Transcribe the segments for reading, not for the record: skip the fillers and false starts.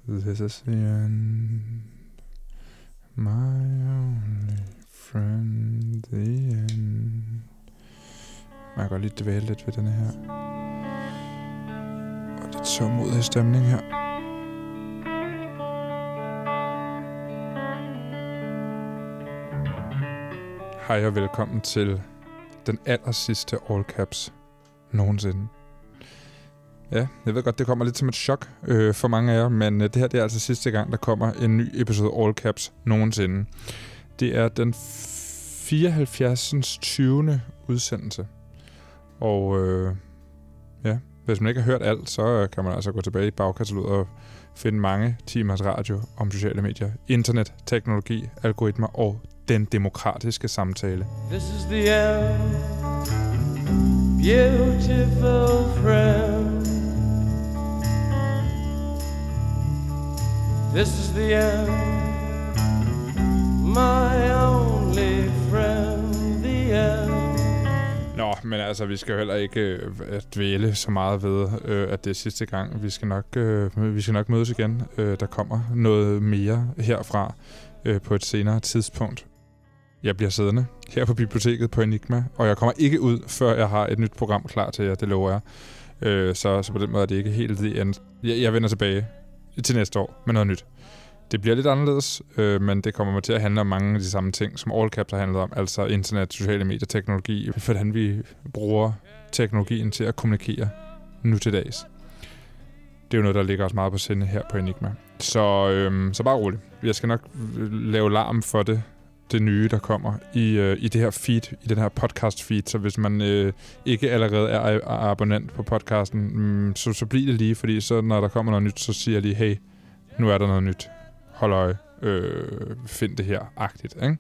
This is the end. My only friend, the end. Man kan godt lige dvæle lidt ved denne her. Og lidt sørgmodig stemning her. Hej og velkommen til den allersidste All Caps nogensinde. Ja, jeg ved godt, det kommer lidt som et chok for mange af jer, men det her det er altså sidste gang, der kommer en ny episode All Caps nogensinde. Det er den 74. 20. udsendelse. Og ja, hvis man ikke har hørt alt, så kan man altså gå tilbage i bagkataloget og finde mange timers radio om sociale medier, internet, teknologi, algoritmer og den demokratiske samtale. This is the end, beautiful friend. This is the end, my only friend, the end. Nå, men altså, vi skal jo heller ikke dvæle så meget ved, at det er sidste gang. Vi skal nok mødes igen. Der kommer noget mere herfra på et senere tidspunkt. Jeg bliver siddende her på biblioteket på Enigma, og jeg kommer ikke ud, før jeg har et nyt program klar til jer, det lover jeg. Så på den måde er det ikke helt the end. Jeg vender tilbage til næste år med noget nyt. Det bliver lidt anderledes, men det kommer til at handle om mange af de samme ting, som All Caps har handlet om, altså internet, sociale medier, teknologi, hvordan vi bruger teknologien til at kommunikere nu til dags. Det er jo noget, der ligger os meget på sinde her på Enigma. Så bare roligt. Jeg skal nok lave larm for det nye, der kommer i det her feed, i den her podcast feed. Så hvis man ikke allerede er abonnent på podcasten, så bliver det lige, fordi så når der kommer noget nyt, så siger jeg lige, hey, nu er der noget nyt. Hold øje. Find det her agtigt. Ikke?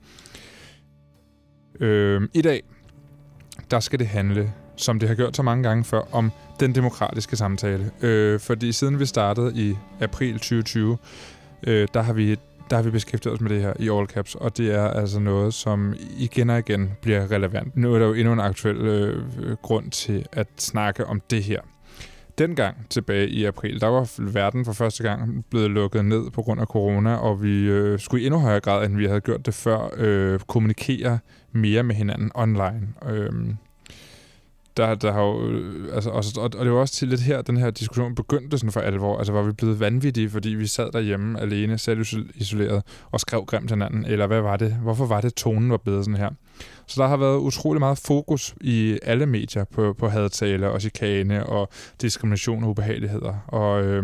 I dag, der skal det handle, som det har gjort så mange gange før, om den demokratiske samtale. Fordi siden vi startede i april 2020, der har vi beskæftiget os med det her i All Caps, og det er altså noget, som igen og igen bliver relevant. Nu er der jo endnu en aktuel grund til at snakke om det her. Dengang tilbage i april, der var verden for første gang blevet lukket ned på grund af corona, og vi skulle i endnu højere grad, end vi havde gjort det før, kommunikere mere med hinanden online. Der har jo, altså, og det var også til lidt her, den her diskussion begyndte sådan for alvor. Altså var vi blevet vanvittige, fordi vi sad derhjemme alene, selv isoleret, og skrev grimt til hinanden, eller hvad var det? Hvorfor var det, tonen var blevet sådan her? Så der har været utrolig meget fokus i alle medier på hadtale og chikane og diskrimination og ubehageligheder. Og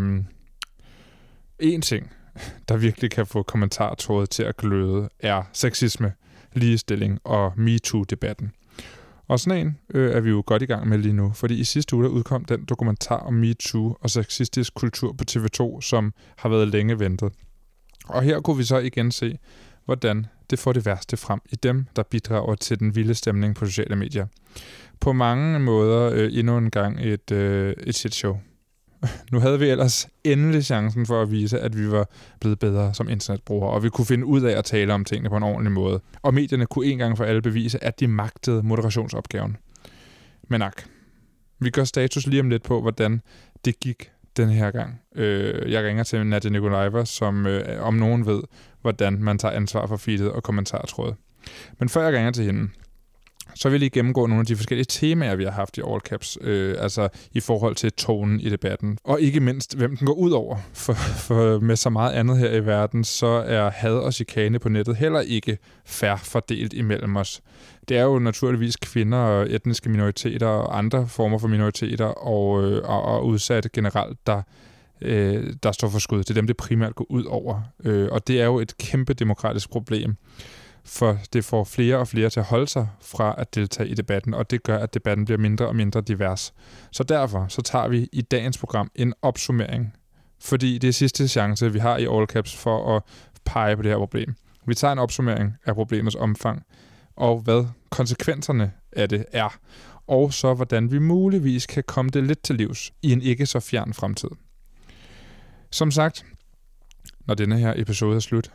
en ting, der virkelig kan få kommentartrådet til at gløde, er sexisme, ligestilling og MeToo-debatten. Og sådan en er vi jo godt i gang med lige nu, fordi i sidste uge der udkom den dokumentar om MeToo og sexistisk kultur på TV2, som har været længe ventet. Og her kunne vi så igen se, hvordan det får det værste frem i dem, der bidrager til den vilde stemning på sociale medier. På mange måder endnu en gang et shitshow. Nu havde vi ellers endelig chancen for at vise, at vi var blevet bedre som internetbrugere, og vi kunne finde ud af at tale om tingene på en ordentlig måde. Og medierne kunne en gang for alle bevise, at de magtede moderationsopgaven. Men vi gør status lige om lidt på, hvordan det gik den her gang. Jeg ringer til Nadia Nikolajeva, som om nogen ved, hvordan man tager ansvar for feedet og kommentartrådet. Men før jeg ringer til hende, så vil jeg lige gennemgå nogle af de forskellige temaer, vi har haft i All Caps, altså i forhold til tonen i debatten. Og ikke mindst, hvem den går ud over. For med så meget andet her i verden, så er had og chikane på nettet heller ikke fair fordelt imellem os. Det er jo naturligvis kvinder og etniske minoriteter og andre former for minoriteter og udsatte generelt, der står for skud. Det er dem, det primært går ud over. Og det er jo et kæmpe demokratisk problem. For det får flere og flere til at holde sig fra at deltage i debatten, og det gør, at debatten bliver mindre og mindre divers. Så derfor så tager vi i dagens program en opsummering, fordi det er sidste chance, vi har i All Caps for at pege på det her problem. Vi tager en opsummering af problemets omfang, og hvad konsekvenserne af det er, og så hvordan vi muligvis kan komme det lidt til livs i en ikke så fjern fremtid. Som sagt, når denne her episode er slut,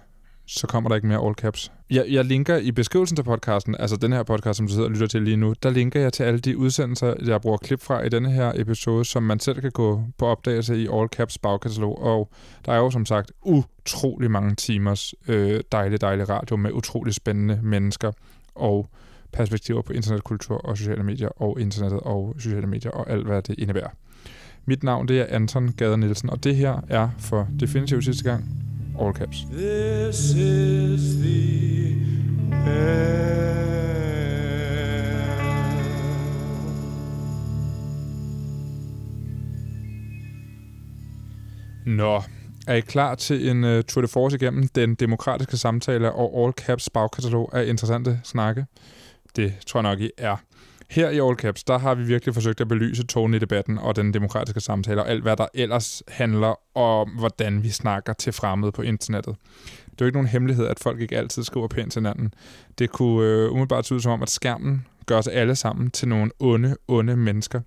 så kommer der ikke mere all caps. Jeg linker i beskrivelsen til podcasten, altså den her podcast, som du sidder og lytter til lige nu, der linker jeg til alle de udsendelser, jeg bruger klip fra i denne her episode, som man selv kan gå på opdagelse i all caps bagkatalog. Og der er jo som sagt utrolig mange timers dejlig radio med utrolig spændende mennesker og perspektiver på internetkultur og sociale medier og internettet og sociale medier og alt, hvad det indebærer. Mit navn, det er Anton Gade Nielsen, og det her er for definitivt sidste gang all caps. This is the end. Nå, er I klar til en tour de force igennem den demokratiske samtale og all caps bagkatalog af interessante snakke? Det tror jeg nok, I er. Her i All Caps, der har vi virkelig forsøgt at belyse tonen i debatten og den demokratiske samtale og alt, hvad der ellers handler om, hvordan vi snakker til fremmede på internettet. Det er jo ikke nogen hemmelighed, at folk ikke altid skriver pænt til hinanden. Det kunne umiddelbart se ud som om, at skærmen gør os alle sammen til nogle onde mennesker.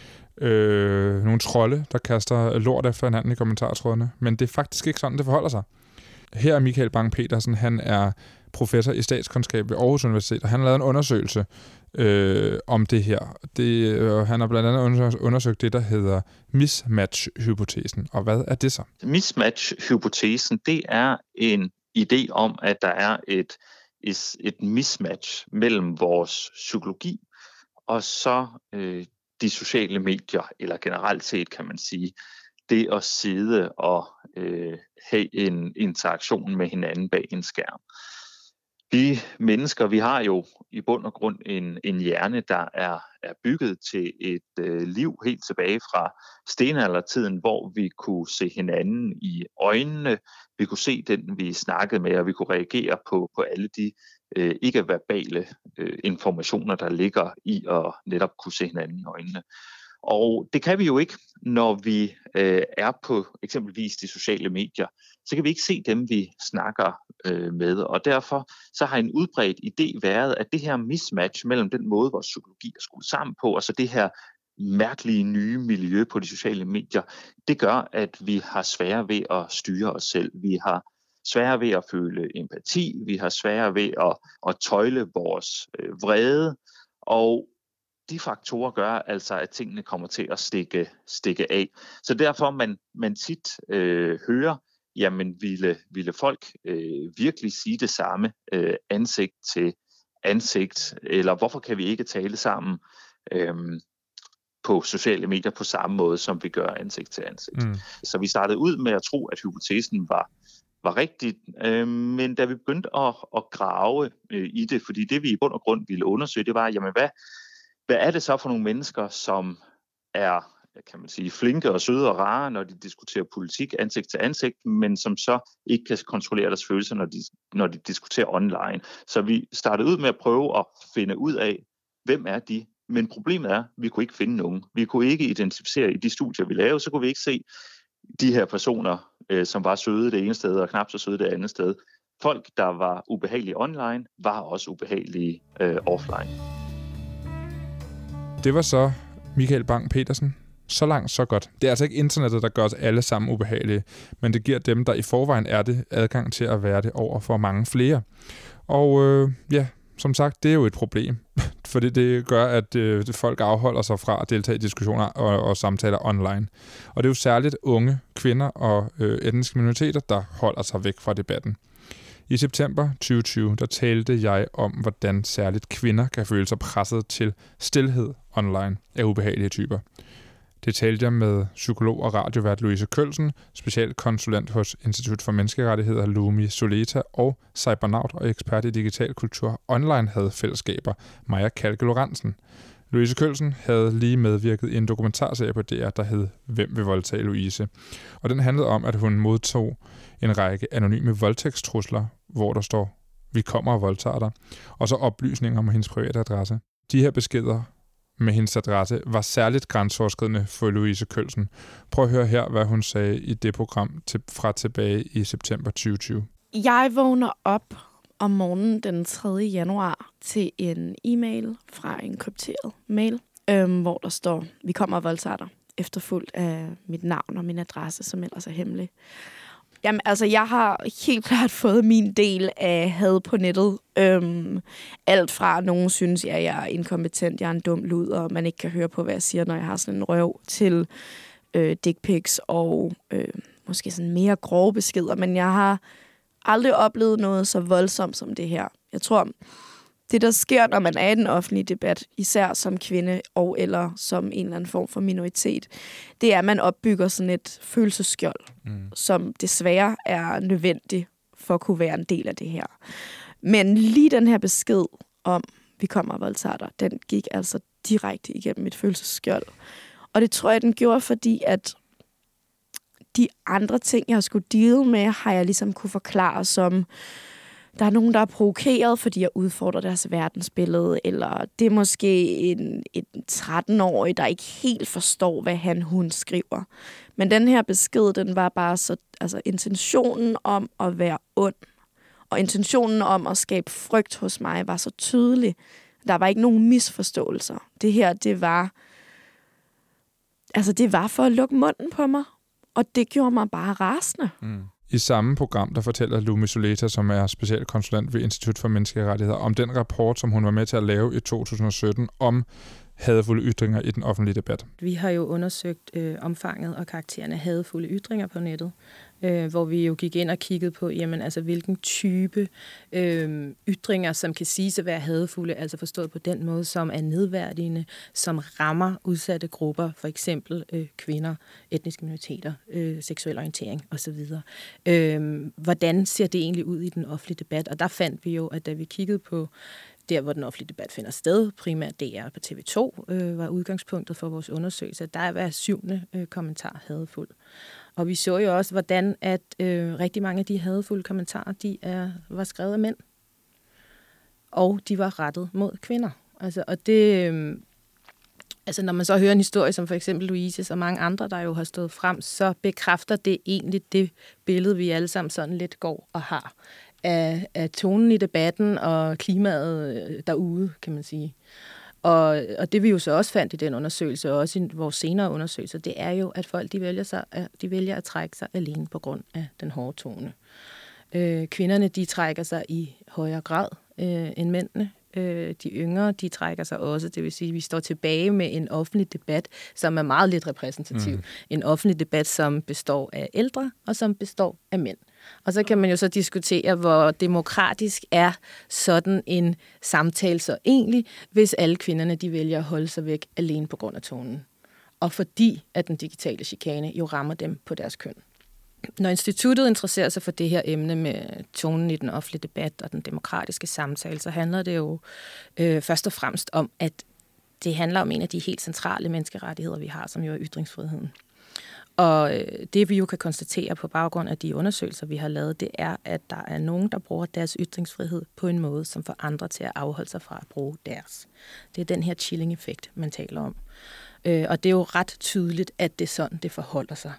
Nogle trolde, der kaster lort efter hinanden i kommentartrådene. Men det er faktisk ikke sådan, det forholder sig. Her er Michael Bang-Petersen, han er professor i statskundskab ved Aarhus Universitet, og han har lavet en undersøgelse om det her. Han har blandt andet undersøgt det, der hedder mismatch-hypotesen. Og hvad er det så? Mismatch-hypotesen, det er en idé om, at der er et mismatch mellem vores psykologi og så de sociale medier, eller generelt set kan man sige, det at sidde og have en interaktion med hinanden bag en skærm. Vi mennesker, vi har jo i bund og grund en hjerne, der er bygget til et liv helt tilbage fra stenaldertiden, hvor vi kunne se hinanden i øjnene, vi kunne se den, vi snakkede med, og vi kunne reagere på alle de ikke-verbale informationer, der ligger i at netop kunne se hinanden i øjnene. Og det kan vi jo ikke, når vi er på eksempelvis de sociale medier. Så kan vi ikke se dem, vi snakker med. Og derfor så har en udbredt idé været, at det her mismatch mellem den måde, vores psykologi er skruet sammen på, og så det her mærkelige nye miljø på de sociale medier, det gør, at vi har sværere ved at styre os selv. Vi har sværere ved at føle empati. Vi har sværere ved at tøjle vores vrede. Og de faktorer gør altså, at tingene kommer til at stikke af. Så derfor man tit hører, jamen ville folk virkelig sige det samme ansigt til ansigt, eller hvorfor kan vi ikke tale sammen på sociale medier på samme måde, som vi gør ansigt til ansigt. Så vi startede ud med at tro, at hypotesen var rigtigt, men da vi begyndte at grave i det, fordi det vi i bund og grund ville undersøge, det var, jamen hvad er det så for nogle mennesker, som er, kan man sige, flinke og søde og rare, når de diskuterer politik ansigt til ansigt, men som så ikke kan kontrollere deres følelser, når de diskuterer online. Så vi startede ud med at prøve at finde ud af, hvem er de? Men problemet er, at vi kunne ikke finde nogen. Vi kunne ikke identificere i de studier, vi lavede, så kunne vi ikke se de her personer, som var søde det ene sted og knap så søde det andet sted. Folk, der var ubehagelige online, var også ubehagelige offline. Det var så Michael Bang-Petersen. Så langt, så godt. Det er altså ikke internettet, der gør os alle sammen ubehagelige, men det giver dem, der i forvejen er det, adgang til at være det over for mange flere. Og som sagt, det er jo et problem, fordi det gør, at folk afholder sig fra at deltage i diskussioner og samtaler online. Og det er jo særligt unge kvinder og etniske minoriteter, der holder sig væk fra debatten. I september 2020, der talte jeg om, hvordan særligt kvinder kan føle sig presset til stilhed online af ubehagelige typer. Det talte jeg med psykolog og radiovært Louise Kølsen, specialkonsulent hos Institut for Menneskerettigheder Lumi Soleta og cybernaut og ekspert i digital kultur online hadfællesskaber Maja Kalke Lorentzen. Louise Kølsen havde lige medvirket i en dokumentarserie på DR, der hed Hvem vil voldtage Louise? Og den handlede om, at hun modtog en række anonyme voldtægtstrusler, hvor der står, vi kommer og voldtager dig, og så oplysninger om hendes private adresse. De her beskeder med hendes adresse var særligt grænseoverskridende for Louise Kølsen. Prøv at høre her, hvad hun sagde i det program fra tilbage i september 2020. Jeg vågner op om morgenen den 3. januar til en e-mail fra en krypteret mail, hvor der står, vi kommer og voldtager dig, efterfulgt af mit navn og min adresse, som ellers er hemmelig. Jamen, altså, jeg har helt klart fået min del af had på nettet. Alt fra, nogen synes, at jeg er inkompetent, jeg er en dum luder, og man ikke kan høre på, hvad jeg siger, når jeg har sådan en røv, til dick pics og måske sådan mere grove beskeder. Men jeg har aldrig oplevet noget så voldsomt som det her. Jeg tror, det der sker, når man er i den offentlige debat, især som kvinde og eller som en eller anden form for minoritet, det er, at man opbygger sådan et følelsesskjold, som desværre er nødvendigt for at kunne være en del af det her. Men lige den her besked om, vi kommer og voldtager dig, den gik altså direkte igennem mit følelsesskjold. Og det tror jeg, den gjorde, fordi at de andre ting, jeg skulle deal med, har jeg ligesom kunne forklare som, der er nogen, der er provokeret, fordi jeg udfordrer deres verdensbillede, eller det er måske en 13-årig, der ikke helt forstår, hvad hun skriver. Men den her besked, den var bare så, altså intentionen om at være ond, og intentionen om at skabe frygt hos mig, var så tydelig. Der var ikke nogen misforståelser. Det her, det var for at lukke munden på mig, og det gjorde mig bare rasende. I samme program, der fortæller Lumi Soleta, som er specialkonsulent ved Institut for Menneskerettigheder, om den rapport, som hun var med til at lave i 2017, om hadefulde ytringer i den offentlige debat. Vi har jo undersøgt omfanget og karakteren af hadefulde ytringer på nettet, hvor vi jo gik ind og kiggede på, jamen, altså, hvilken type ytringer, som kan siges at være hadefulde, altså forstået på den måde, som er nedværdigende, som rammer udsatte grupper, for eksempel kvinder, etniske minoriteter, seksuel orientering osv. Hvordan ser det egentlig ud i den offentlige debat? Og der fandt vi jo, at da vi kiggede på der, hvor den offentlige debat finder sted, primært DR på TV2, var udgangspunktet for vores undersøgelse. Der er hver 7. kommentar hadefuld. Og vi så jo også, hvordan at rigtig mange af de hadefulde kommentarer, var skrevet af mænd. Og de var rettet mod kvinder. Altså, og det, når man så hører en historie som for eksempel Louises og mange andre, der jo har stået frem, så bekræfter det egentlig det billede, vi alle sammen sådan lidt går og har af tonen i debatten og klimaet derude, kan man sige. Og det vi jo så også fandt i den undersøgelse, og også i vores senere undersøgelser, det er jo, at folk de vælger at trække sig alene på grund af den hårde tone. Kvinderne de trækker sig i højere grad end mændene. De yngre, de trækker sig også. Det vil sige, at vi står tilbage med en offentlig debat, som er meget lidt repræsentativ. En offentlig debat, som består af ældre, og som består af mænd. Og så kan man jo så diskutere, hvor demokratisk er sådan en samtale så egentlig, hvis alle kvinderne de vælger at holde sig væk alene på grund af tonen. Og fordi at den digitale chikane jo rammer dem på deres køn. Når instituttet interesserer sig for det her emne med tonen i den offentlige debat og den demokratiske samtale, så handler det jo først og fremmest om, at det handler om en af de helt centrale menneskerettigheder, vi har, som jo er ytringsfriheden. Og det vi jo kan konstatere på baggrund af de undersøgelser, vi har lavet, det er, at der er nogen, der bruger deres ytringsfrihed på en måde, som får andre til at afholde sig fra at bruge deres. Det er den her chilling-effekt, man taler om. Og det er jo ret tydeligt, at det er sådan, det forholder sig.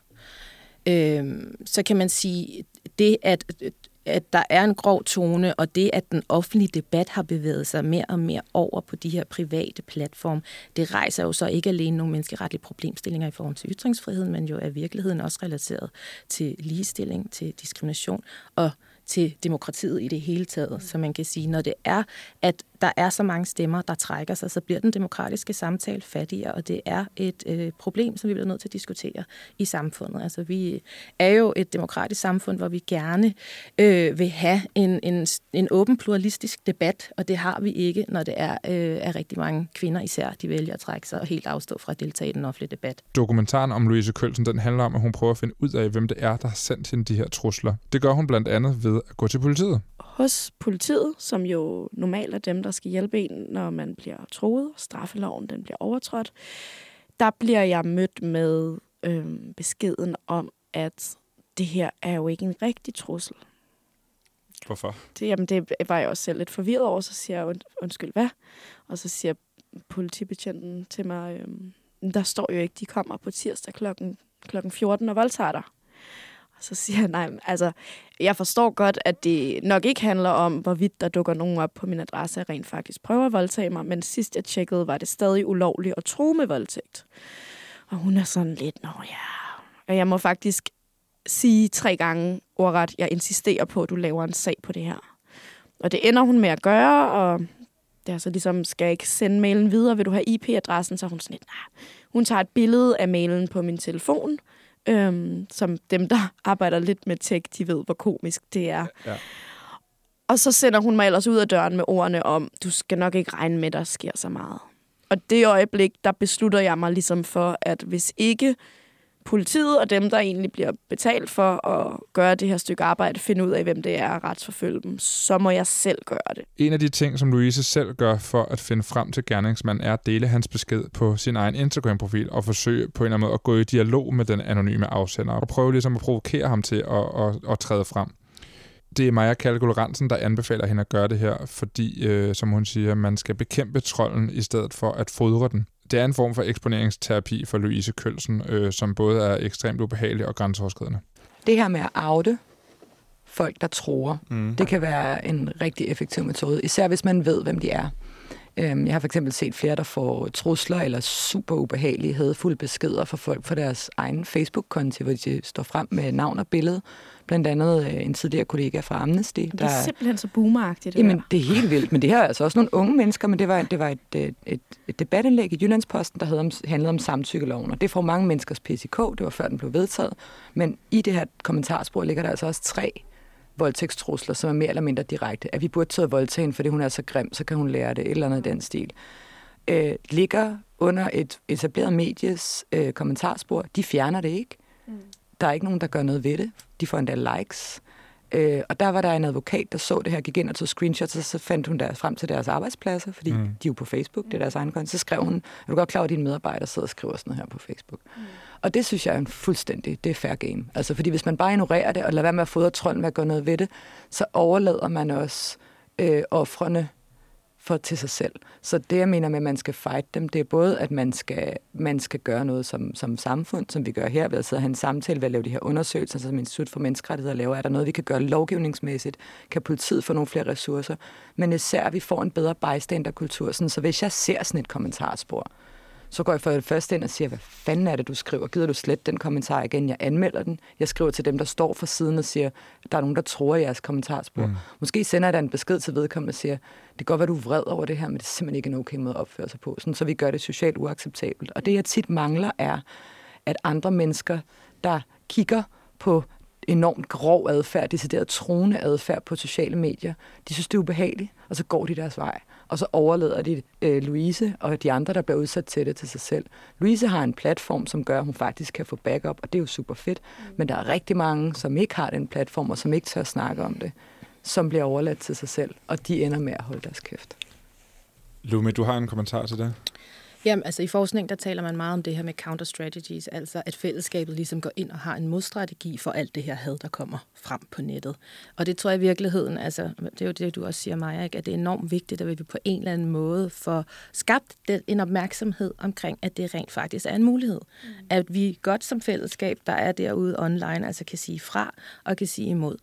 Så kan man sige, det at der er en grov tone, og det, at den offentlige debat har bevæget sig mere og mere over på de her private platforme, det rejser jo så ikke alene nogle menneskeretlige problemstillinger i forhold til ytringsfriheden, men jo er virkeligheden også relateret til ligestilling, til diskrimination og til demokratiet i det hele taget. Så man kan sige, når det er, at der er så mange stemmer, der trækker sig, så bliver den demokratiske samtale fattigere, og det er et problem, som vi bliver nødt til at diskutere i samfundet. Altså, vi er jo et demokratisk samfund, hvor vi gerne vil have en åben pluralistisk debat, og det har vi ikke, når det er rigtig mange kvinder især, de vælger at trække sig og helt afstå fra at deltage i den offentlige debat. Dokumentaren om Louise Kølsen, den handler om, at hun prøver at finde ud af, hvem det er, der har sendt hende de her trusler. Det gør hun blandt andet ved at gå til politiet. Hos politiet, som jo normalt er dem, der skal hjælpe en, når man bliver truet, straffeloven den bliver overtrådt, der bliver jeg mødt med beskeden om, at det her er jo ikke en rigtig trussel. Hvorfor? Det var jeg også selv lidt forvirret over, så siger jeg, undskyld, hvad? Og så siger politibetjenten til mig, der står jo ikke, de kommer på tirsdag klokken 14 og voldtager dig. Og så siger jeg, nej, altså, jeg forstår godt, at det nok ikke handler om, hvorvidt der dukker nogen op på min adresse, og rent faktisk prøver at voldtage mig, men sidst jeg tjekkede, var det stadig ulovligt at true med voldtægt. Og hun er sådan lidt, nå ja. Og jeg må faktisk sige 3 gange ordret, jeg insisterer på, at du laver en sag på det her. Og det ender hun med at gøre, og det er så ligesom, skal jeg ikke sende mailen videre, vil du have IP-adressen? Så er hun sådan lidt, hun tager et billede af mailen på min telefon, som dem, der arbejder lidt med tech, de ved, hvor komisk det er. Ja. Og så sender hun mig ellers ud af døren med ordene om, du skal nok ikke regne med, der sker så meget. Og det øjeblik, der beslutter jeg mig ligesom for, at hvis ikke politiet og dem, der egentlig bliver betalt for at gøre det her stykke arbejde, finde ud af, hvem det er og retsforfølge dem, så må jeg selv gøre det. En af de ting, som Louise selv gør for at finde frem til gerningsmanden, er at dele hans besked på sin egen Instagram-profil og forsøge på en eller anden måde at gå i dialog med den anonyme afsender og prøve ligesom at provokere ham til at træde frem. Det er Maja Kalkul-Rantzen, der anbefaler hende at gøre det her, fordi, som hun siger, man skal bekæmpe trolden i stedet for at fodre den. Det er en form for eksponeringsterapi for Louise Kølsen, som både er ekstremt ubehagelig og grænseoverskridende. Det her med at oute folk, der tror, det kan være en rigtig effektiv metode, især hvis man ved, hvem de er. Jeg har for eksempel set flere, der får trusler eller super ubehagelige, hadefulde beskeder fra folk fra deres egen Facebook-konti, hvor de står frem med navn og billede. Blandt andet en tidligere kollega fra Amnesty. Det er simpelthen så boomeragtigt. Jamen, det er helt vildt. Men det her er altså også nogle unge mennesker, men det var et debatindlæg i Jyllandsposten, der handlede om samtykkeloven. Og det får mange menneskers PCK, det var før den blev vedtaget. Men i det her kommentarspor ligger der altså også 3 voldtægtstrusler, som er mere eller mindre direkte. At vi burde tage voldtage hende, fordi hun er så grim, så kan hun lære det, et eller andet i den stil. Ligger under et etableret medies kommentarspor. De fjerner det ikke. Der er ikke nogen, der gør noget ved det. De får endda likes. Og der var der en advokat, der så det her, gik ind og tog screenshots, og så fandt hun der frem til deres arbejdspladser, fordi de er jo på Facebook, det er deres egen konto. Så skrev hun, er du godt klar over, at dine medarbejdere sidder og skriver sådan noget her på Facebook? Og det synes jeg er det er fair game. Altså, fordi hvis man bare ignorerer det, og lader være med at fodre trolden med at gøre noget ved det, så overlader man også ofrene til sig selv. Så det, jeg mener med, at man skal fight dem, det er både, at man skal gøre noget som samfund, som vi gør her, ved at sidde og have en samtale, ved at lave de her undersøgelser, som Institut for Menneskerettigheder laver. Er der noget, vi kan gøre lovgivningsmæssigt? Kan politiet få nogle flere ressourcer? Men især, at vi får en bedre bystanderkultur. Så hvis jeg ser sådan et kommentarspor, så går jeg for det første ind og siger, hvad fanden er det, du skriver? Gider du slet den kommentar igen? Jeg anmelder den. Jeg skriver til dem, der står for siden og siger, der er nogen, der tror jeres kommentarspor. Måske sender jeg da en besked til vedkommende og siger, det kan godt være, du er vred over det her, men det er simpelthen ikke en okay måde at opføre sig på. Sådan, så vi gør det socialt uacceptabelt. Og det, jeg tit mangler, er, at andre mennesker, der kigger på enormt grov adfærd, decideret truende adfærd på sociale medier, de synes, det er ubehageligt, og så går de deres vej. Og så overlader de Louise og de andre, der bliver udsat til det, til sig selv. Louise har en platform, som gør, at hun faktisk kan få backup, og det er jo super fedt. Men der er rigtig mange, som ikke har den platform, og som ikke tør snakke om det, som bliver overladt til sig selv, og de ender med at holde deres kæft. Lumi, du har en kommentar til det? Jamen, altså i forskning, der taler man meget om det her med counter-strategies, altså at fællesskabet ligesom går ind og har en modstrategi for alt det her had, der kommer frem på nettet. Og det tror jeg i virkeligheden, altså det er jo det, du også siger, Maja, ikke? At det er enormt vigtigt, at vi på en eller anden måde får skabt en opmærksomhed omkring, at det rent faktisk er en mulighed. At vi godt som fællesskab, der er derude online, altså kan sige fra og kan sige imod.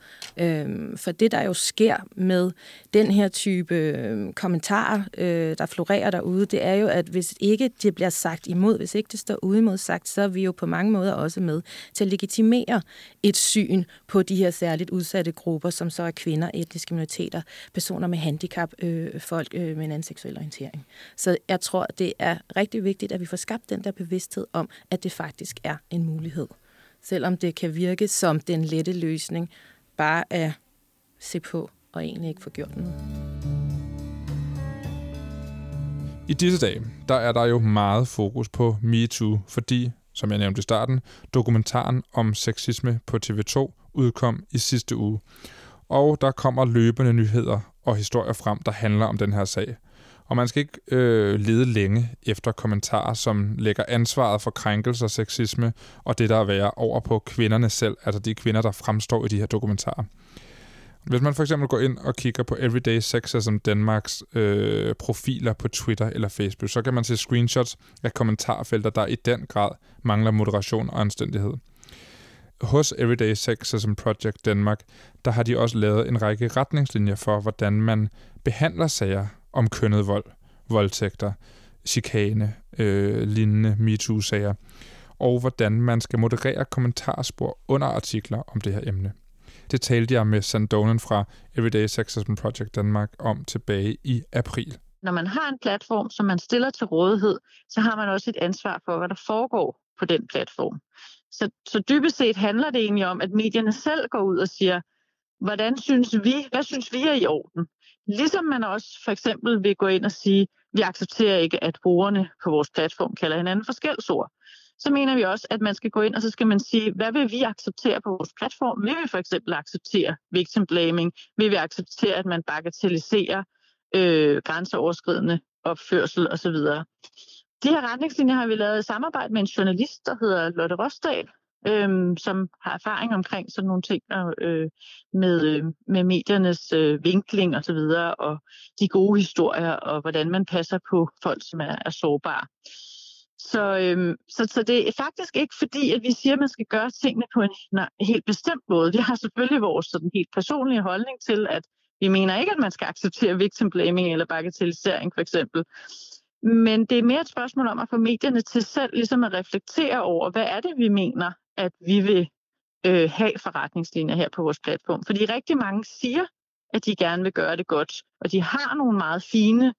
For det, der jo sker med den her type kommentarer, der florerer derude, det er jo, at hvis ikke det bliver sagt imod, hvis ikke det står uimodsagt, så er vi jo på mange måder også med til at legitimere et syn på de her særligt udsatte grupper, som så er kvinder, etniske minoriteter, personer med handicap, folk med en anden seksuel orientering. Så jeg tror, det er rigtig vigtigt, at vi får skabt den der bevidsthed om, at det faktisk er en mulighed. Selvom det kan virke som den lette løsning, bare at se på og egentlig ikke få gjort noget. I disse dage, der er der jo meget fokus på MeToo, fordi, som jeg nævnte i starten, dokumentaren om sexisme på TV2 udkom i sidste uge. Og der kommer løbende nyheder og historier frem, der handler om den her sag. Og man skal ikke lede længe efter kommentarer, som lægger ansvaret for krænkelser og sexisme og det, der er værre, over på kvinderne selv, altså de kvinder, der fremstår i de her dokumentarer. Hvis man for eksempel går ind og kigger på Everyday Sexism Danmarks profiler på Twitter eller Facebook, så kan man se screenshots af kommentarfelter, der i den grad mangler moderation og anstændighed. Hos Everyday Sexism Project Danmark, der har de også lavet en række retningslinjer for, hvordan man behandler sager om kønnet vold, voldtægter, chikane, lignende MeToo-sager. og hvordan man skal moderere kommentarspor under artikler om det her emne. Det talte jeg med Sanne Donen fra Everyday Sexism Project Danmark om tilbage i april. Når man har en platform, som man stiller til rådighed, så har man også et ansvar for, hvad der foregår på den platform. Så dybest set handler det egentlig om, at medierne selv går ud og siger, hvad synes vi er i orden? Ligesom man også for eksempel vil gå ind og sige, vi accepterer ikke, at brugerne på vores platform kalder hinanden for skældsord. Så mener vi også, at man skal gå ind, og så skal man sige, hvad vil vi acceptere på vores platform? Vil vi for eksempel acceptere victim blaming? Vil vi acceptere, at man bagatelliserer grænseoverskridende opførsel osv.? De her retningslinjer har vi lavet i samarbejde med en journalist, der hedder Lotte Rosdal, som har erfaring omkring sådan nogle ting med mediernes vinkling og så videre, og de gode historier, og hvordan man passer på folk, som er sårbare. Så det er faktisk ikke fordi, at vi siger, at man skal gøre tingene på en helt bestemt måde. Vi har selvfølgelig vores sådan helt personlige holdning til, at vi mener ikke, at man skal acceptere victim blaming eller bagatellisering for eksempel. Men det er mere et spørgsmål om at få medierne til selv ligesom at reflektere over, hvad er det, vi mener, at vi vil have forretningslinjer her på vores platform. Fordi rigtig mange siger, at de gerne vil gøre det godt, og de har nogle meget fine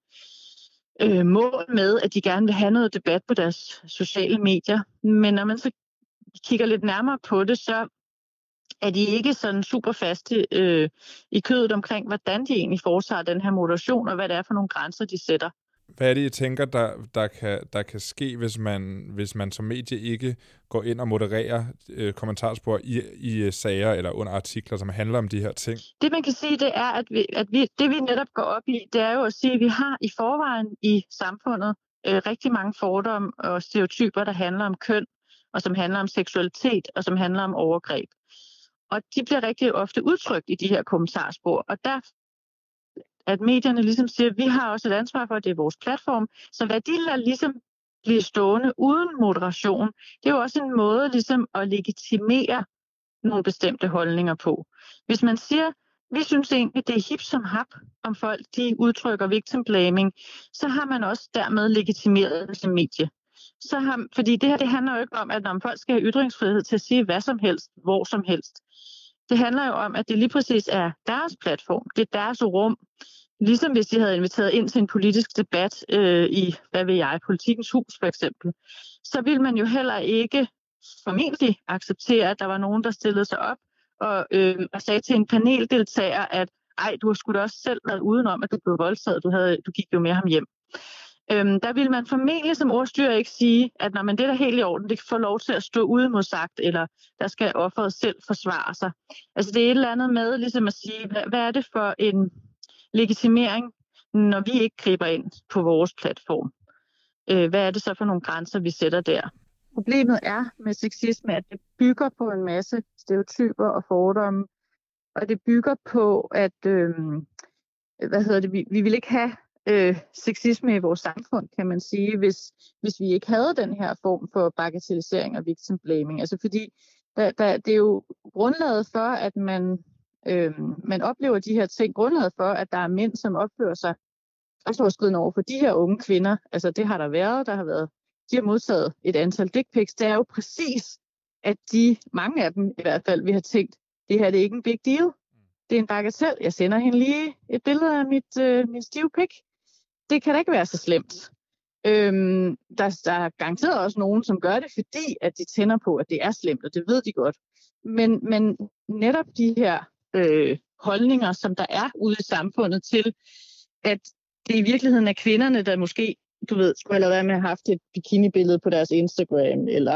mål med, at de gerne vil have noget debat på deres sociale medier. Men når man så kigger lidt nærmere på det, så er de ikke sådan super faste i kødet omkring, hvordan de egentlig foretager den her moderation, og hvad det er for nogle grænser, de sætter. Hvad er det, I tænker, der kan ske, hvis man som medie ikke går ind og modererer kommentarspor i sager eller under artikler, som handler om de her ting? Det man kan sige, det er, at det vi netop går op i, det er jo at sige, at vi har i forvejen i samfundet rigtig mange fordomme og stereotyper, der handler om køn, og som handler om seksualitet, og som handler om overgreb. Og de bliver rigtig ofte udtrykt i de her kommentarspor, og der at medierne ligesom siger, at vi har også et ansvar for, at det er vores platform. Så hvad de lader ligesom blive stående uden moderation, det er jo også en måde ligesom at legitimere nogle bestemte holdninger på. Hvis man siger, vi synes egentlig, det er hip som hap, om folk de udtrykker victim blaming, så har man også dermed legitimeret det som medie. Fordi det her det handler jo ikke om, at når folk skal have ytringsfrihed til at sige hvad som helst, hvor som helst. Det handler jo om, at det lige præcis er deres platform, det er deres rum. Ligesom hvis de havde inviteret ind til en politisk debat i, Politikens Hus for eksempel, så ville man jo heller ikke formentlig acceptere, at der var nogen, der stillede sig op og sagde til en paneldeltager, at ej, du har sgu da også selv været udenom, at du blev voldtaget, du gik jo med ham hjem. Der vil man formentlig som ordstyrer ikke sige, at når man det er helt i orden, det kan få lov til at stå uimodsagt, eller der skal offeret selv forsvare sig. Altså det er et eller andet med ligesom at sige, hvad er det for en legitimering, når vi ikke griber ind på vores platform? Hvad er det så for nogle grænser, vi sætter der? Problemet er med sexisme, at det bygger på en masse stereotyper og fordomme, og det bygger på, at vi vil ikke have sexisme i vores samfund, kan man sige, hvis vi ikke havde den her form for bagatellisering og victim blaming. Altså fordi det er jo grundlaget for, at man oplever de her ting, grundlaget for, at der er mænd, som opfører sig grænseoverskridende over for de her unge kvinder. Altså det har der været, de har modtaget et antal dick pics. Det er jo præcis, at mange af dem i hvert fald, vi har tænkt, det her det er ikke en big deal. Det er en bagatel. Jeg sender hende lige et billede af min stive pik. Det kan da ikke være så slemt. Der er garanteret også nogen, som gør det, fordi at de tænder på, at det er slemt, og det ved de godt. Men netop de her holdninger, som der er ude i samfundet til, at det i virkeligheden er kvinderne, der måske, skulle have været med at have haft et bikinibillede på deres Instagram, eller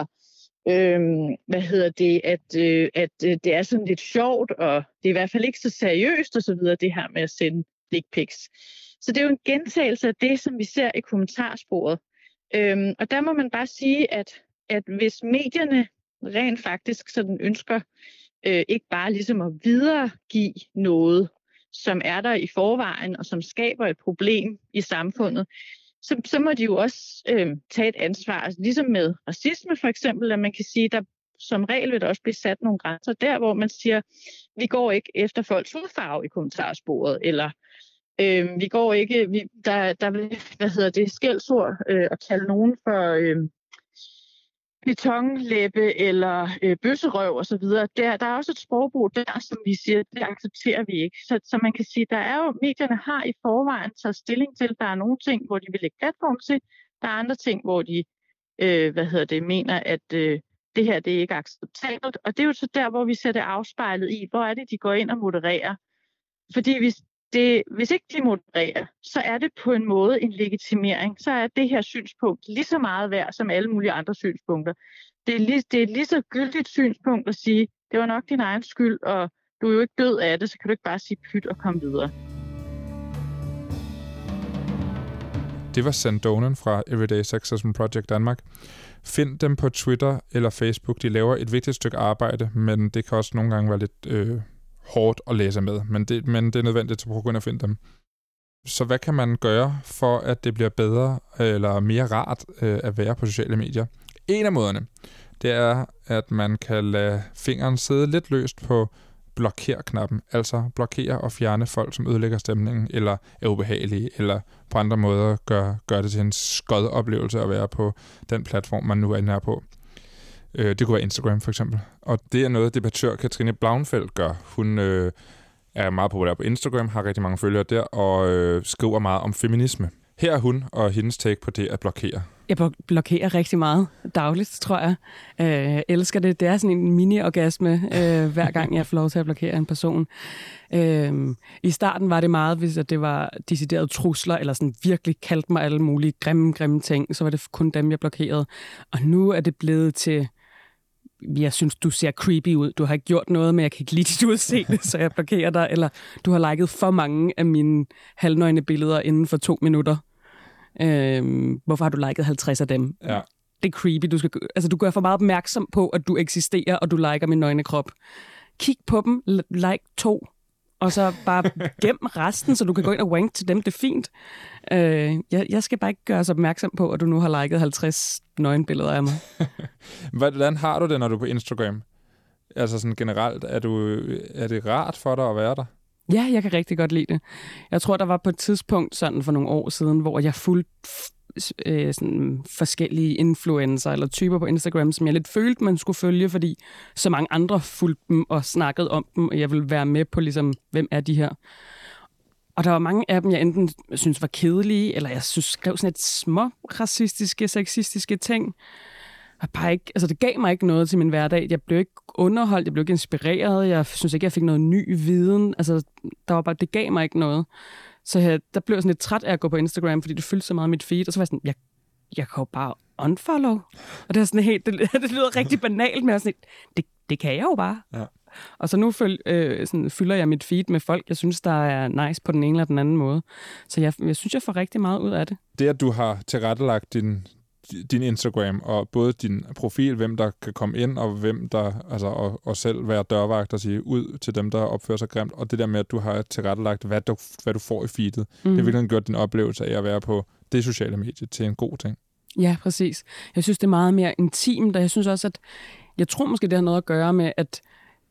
at det er sådan lidt sjovt, og det er i hvert fald ikke så seriøst og så videre, det her med at sende dick pics. Så det er jo en gentagelse af det, som vi ser i kommentarsporet. Og der må man bare sige, at hvis medierne rent faktisk sådan ønsker ikke bare ligesom at videregive noget, som er der i forvejen, og som skaber et problem i samfundet, så må de jo også tage et ansvar. Altså, ligesom med racisme for eksempel, at man kan sige, der som regel vil der også blive sat nogle grænser der, hvor man siger, vi går ikke efter folks hudfarve i kommentarsporet, eller vi går ikke, der vil, skældsord at kalde nogen for betonlæbe eller bøsserøv osv. Der er også et sprogbrug der, som vi siger, det accepterer vi ikke. Så man kan sige, medierne har i forvejen taget stilling til, der er nogle ting, hvor de vil lægge platform til, der er andre ting, hvor de mener, at det her det er ikke acceptabelt. Og det er jo så der, hvor vi ser det afspejlet i, hvor er det, de går ind og modererer. Fordi hvis ikke de modererer, så er det på en måde en legitimering. Så er det her synspunkt lige så meget værd som alle mulige andre synspunkter. Det er et lige så gyldigt synspunkt at sige, det var nok din egen skyld, og du er jo ikke død af det, så kan du ikke bare sige pyt og komme videre. Det var Sandonen fra Everyday Sexism Project Danmark. Find dem på Twitter eller Facebook. De laver et vigtigt stykke arbejde, men det kan også nogle gange være lidt hårdt at læse med. Men det er nødvendigt at prøve at finde dem. Så hvad kan man gøre for, at det bliver bedre eller mere rart at være på sociale medier? En af måderne, det er, at man kan lade fingeren sidde lidt løst på blokér-knappen, altså blokere og fjerne folk, som ødelægger stemningen, eller er ubehagelige, eller på andre måder gør det til en skød oplevelse at være på den platform, man nu er inde her på. Det kunne være Instagram for eksempel. Og det er noget, debattør Katrine Blauenfeldt gør. Hun er meget populær på Instagram, har rigtig mange følgere der, og skriver meget om feminisme. Her er hun og hendes take på det at blokere. Jeg blokerer rigtig meget dagligt, tror jeg. Jeg elsker det. Det er sådan en mini-orgasme, hver gang jeg får lov til at blokere en person. I starten var det meget, hvis det var deciderede trusler, eller sådan virkelig kaldte mig alle mulige grimme ting, så var det kun dem, jeg blokerede. Og nu er det blevet til, jeg synes, du ser creepy ud. Du har ikke gjort noget, men jeg kan ikke lide dit udseende, så jeg blokerer dig. Eller du har liket for mange af mine halvnøgne billeder inden for 2 minutter. Hvorfor har du liket 50 af dem? Ja. Det er creepy. Du gør for meget opmærksom på, at du eksisterer, og du liker min nøgne krop. Kig på dem, like 2, og så bare gem resten, så du kan gå ind og wank til dem. Det er fint. Jeg skal bare ikke gøre så opmærksom på, at du nu har liket 50 nøgenbilleder af mig. Hvordan har du det, når du er på Instagram? Altså sådan generelt, er det rart for dig at være der? Ja, jeg kan rigtig godt lide det. Jeg tror, der var på et tidspunkt sådan for nogle år siden, hvor jeg fulgte sådan forskellige influencer eller typer på Instagram, som jeg lidt følte, man skulle følge, fordi så mange andre fulgte dem og snakkede om dem, og jeg ville være med på ligesom, hvem er de her? Og der var mange af dem, jeg enten synes var kedelige, eller jeg synes skrev sådan et små racistiske, sexistiske ting. Det gav mig ikke noget til min hverdag. Jeg blev ikke underholdt, jeg blev ikke inspireret, jeg synes ikke, jeg fik noget ny viden. Det gav mig ikke noget. Så der blev jeg sådan lidt træt af at gå på Instagram, fordi det fyldte så meget mit feed, og så var jeg sådan, jeg kan jo bare unfollow. Og det er sådan helt, det lyder rigtig banalt, men sådan, det kan jeg jo bare. Ja. Og så nu fylder jeg mit feed med folk, jeg synes, der er nice på den ene eller den anden måde. Så jeg synes, jeg får rigtig meget ud af det. Det, at du har tilrettelagt din Instagram, og både din profil, hvem der kan komme ind, og hvem der, og selv være dørvagt og sige ud til dem, der opfører sig grimt, og det der med, at du har tilrettelagt, hvad du får i feedet. Det har virkelig gjort din oplevelse af at være på det sociale medie til en god ting. Ja, præcis. Jeg synes, det er meget mere intimt, og jeg synes også, at jeg tror måske, det har noget at gøre med, at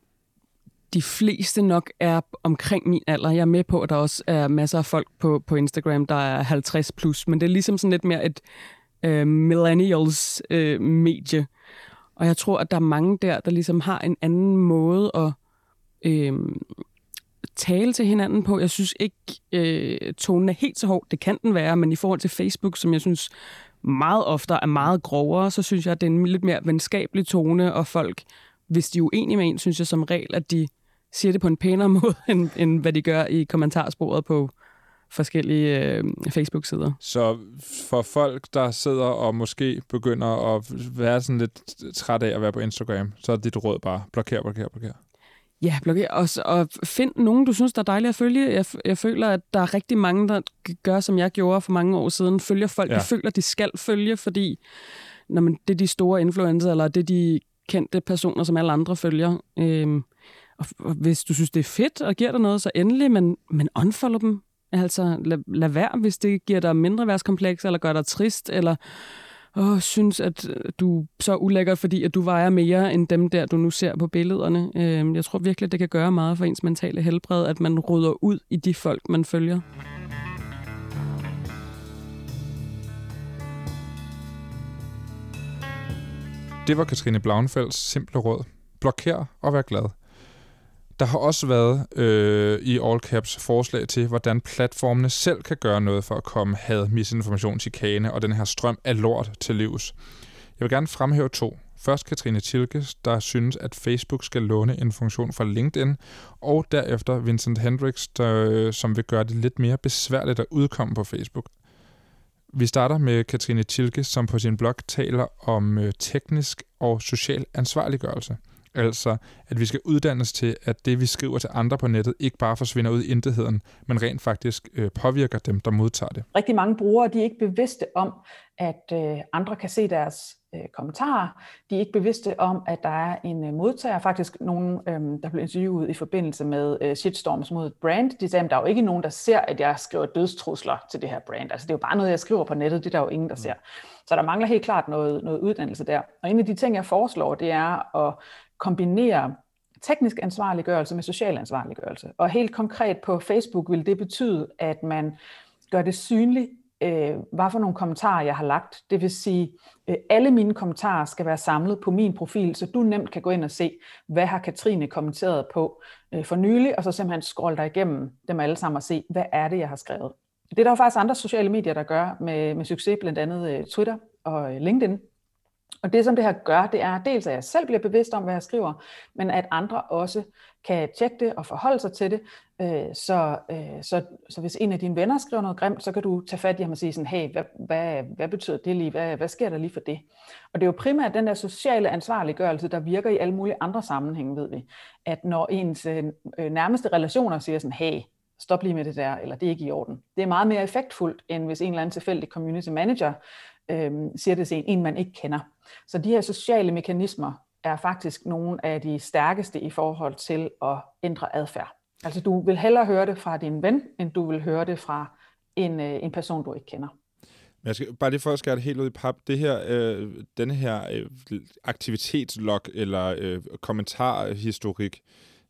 de fleste nok er omkring min alder. Jeg er med på, at der også er masser af folk på Instagram, der er 50 plus, men det er ligesom sådan lidt mere et millennials medie. Og jeg tror, at der er mange der ligesom har en anden måde at tale til hinanden på. Jeg synes ikke, tonen er helt så hård. Det kan den være, men i forhold til Facebook, som jeg synes meget ofte er meget grovere, så synes jeg, at det er en lidt mere venskabelig tone, og folk, hvis de er uenige med en, synes jeg som regel, at de siger det på en pænere måde, end hvad de gør i kommentarsporet på forskellige Facebook-sider. Så for folk, der sidder og måske begynder at være sådan lidt træt af at være på Instagram, så er dit råd bare blokér. Ja, blokér. Og find nogen, du synes, der er dejligt at følge. Jeg føler, at der er rigtig mange, der gør, som jeg gjorde for mange år siden. Følger folk, de føler, de skal følge, fordi det er de store influencer, eller det er de kendte personer, som alle andre følger. Og hvis du synes, det er fedt og giver dig noget, så endelig, men unfollow dem. Altså, lad være, hvis det giver dig mindreværdskompleks, eller gør dig trist, eller synes, at du er så ulækker, fordi at du vejer mere end dem der, du nu ser på billederne. Jeg tror virkelig, det kan gøre meget for ens mentale helbred, at man rydder ud i de folk, man følger. Det var Katrine Blauenfelds simple råd. Blokér og vær glad. Der har også været i All Caps forslag til, hvordan platformene selv kan gøre noget for at komme had, misinformation, chikane og den her strøm af lort til livs. Jeg vil gerne fremhæve 2. Først Katrine Thielke, der synes, at Facebook skal låne en funktion fra LinkedIn, og derefter Vincent Hendricks, som vil gøre det lidt mere besværligt at udkomme på Facebook. Vi starter med Katrine Thielke, som på sin blog taler om teknisk og social ansvarliggørelse. Altså, at vi skal uddannes til, at det, vi skriver til andre på nettet, ikke bare forsvinder ud i intetheden, men rent faktisk påvirker dem, der modtager det. Rigtig mange brugere, de er ikke bevidste om, at andre kan se deres kommentarer. De er ikke bevidste om, at der er en modtager. Faktisk nogen, der blev interviewet i forbindelse med shitstorms mod et brand. De sagde, at der er jo ikke nogen, der ser, at jeg skriver dødstrusler til det her brand. Altså, det er jo bare noget, jeg skriver på nettet. Det er der jo ingen, der ser. Så der mangler helt klart noget uddannelse der. Og en af de ting, jeg foreslår, det er at kombinere teknisk ansvarliggørelse med social ansvarliggørelse. Og helt konkret på Facebook vil det betyde, at man gør det synligt, hvad for nogle kommentarer jeg har lagt. Det vil sige, alle mine kommentarer skal være samlet på min profil, så du nemt kan gå ind og se, hvad har Katrine kommenteret på for nylig, og så simpelthen scrolle dig igennem dem alle sammen og se, hvad er det, jeg har skrevet. Det er der jo faktisk andre sociale medier, der gør med succes, blandt andet Twitter og LinkedIn. Og det, som det her gør, det er dels, at jeg selv bliver bevidst om, hvad jeg skriver, men at andre også kan tjekke det og forholde sig til det. Så hvis en af dine venner skriver noget grimt, så kan du tage fat i ham og sige sådan, hey, hvad betyder det lige? Hvad sker der lige for det? Og det er jo primært den der sociale ansvarliggørelse, der virker i alle mulige andre sammenhænge, ved vi. At når ens nærmeste relationer siger sådan, hey, stop lige med det der, eller det er ikke i orden. Det er meget mere effektfuldt, end hvis en eller anden tilfældig community manager siger det til en man ikke kender. Så de her sociale mekanismer er faktisk nogle af de stærkeste i forhold til at ændre adfærd. Altså du vil hellere høre det fra din ven, end du vil høre det fra en person, du ikke kender. Jeg skal bare lige for at skære det helt ud i pap. Det her, denne her aktivitetslog eller kommentarhistorik,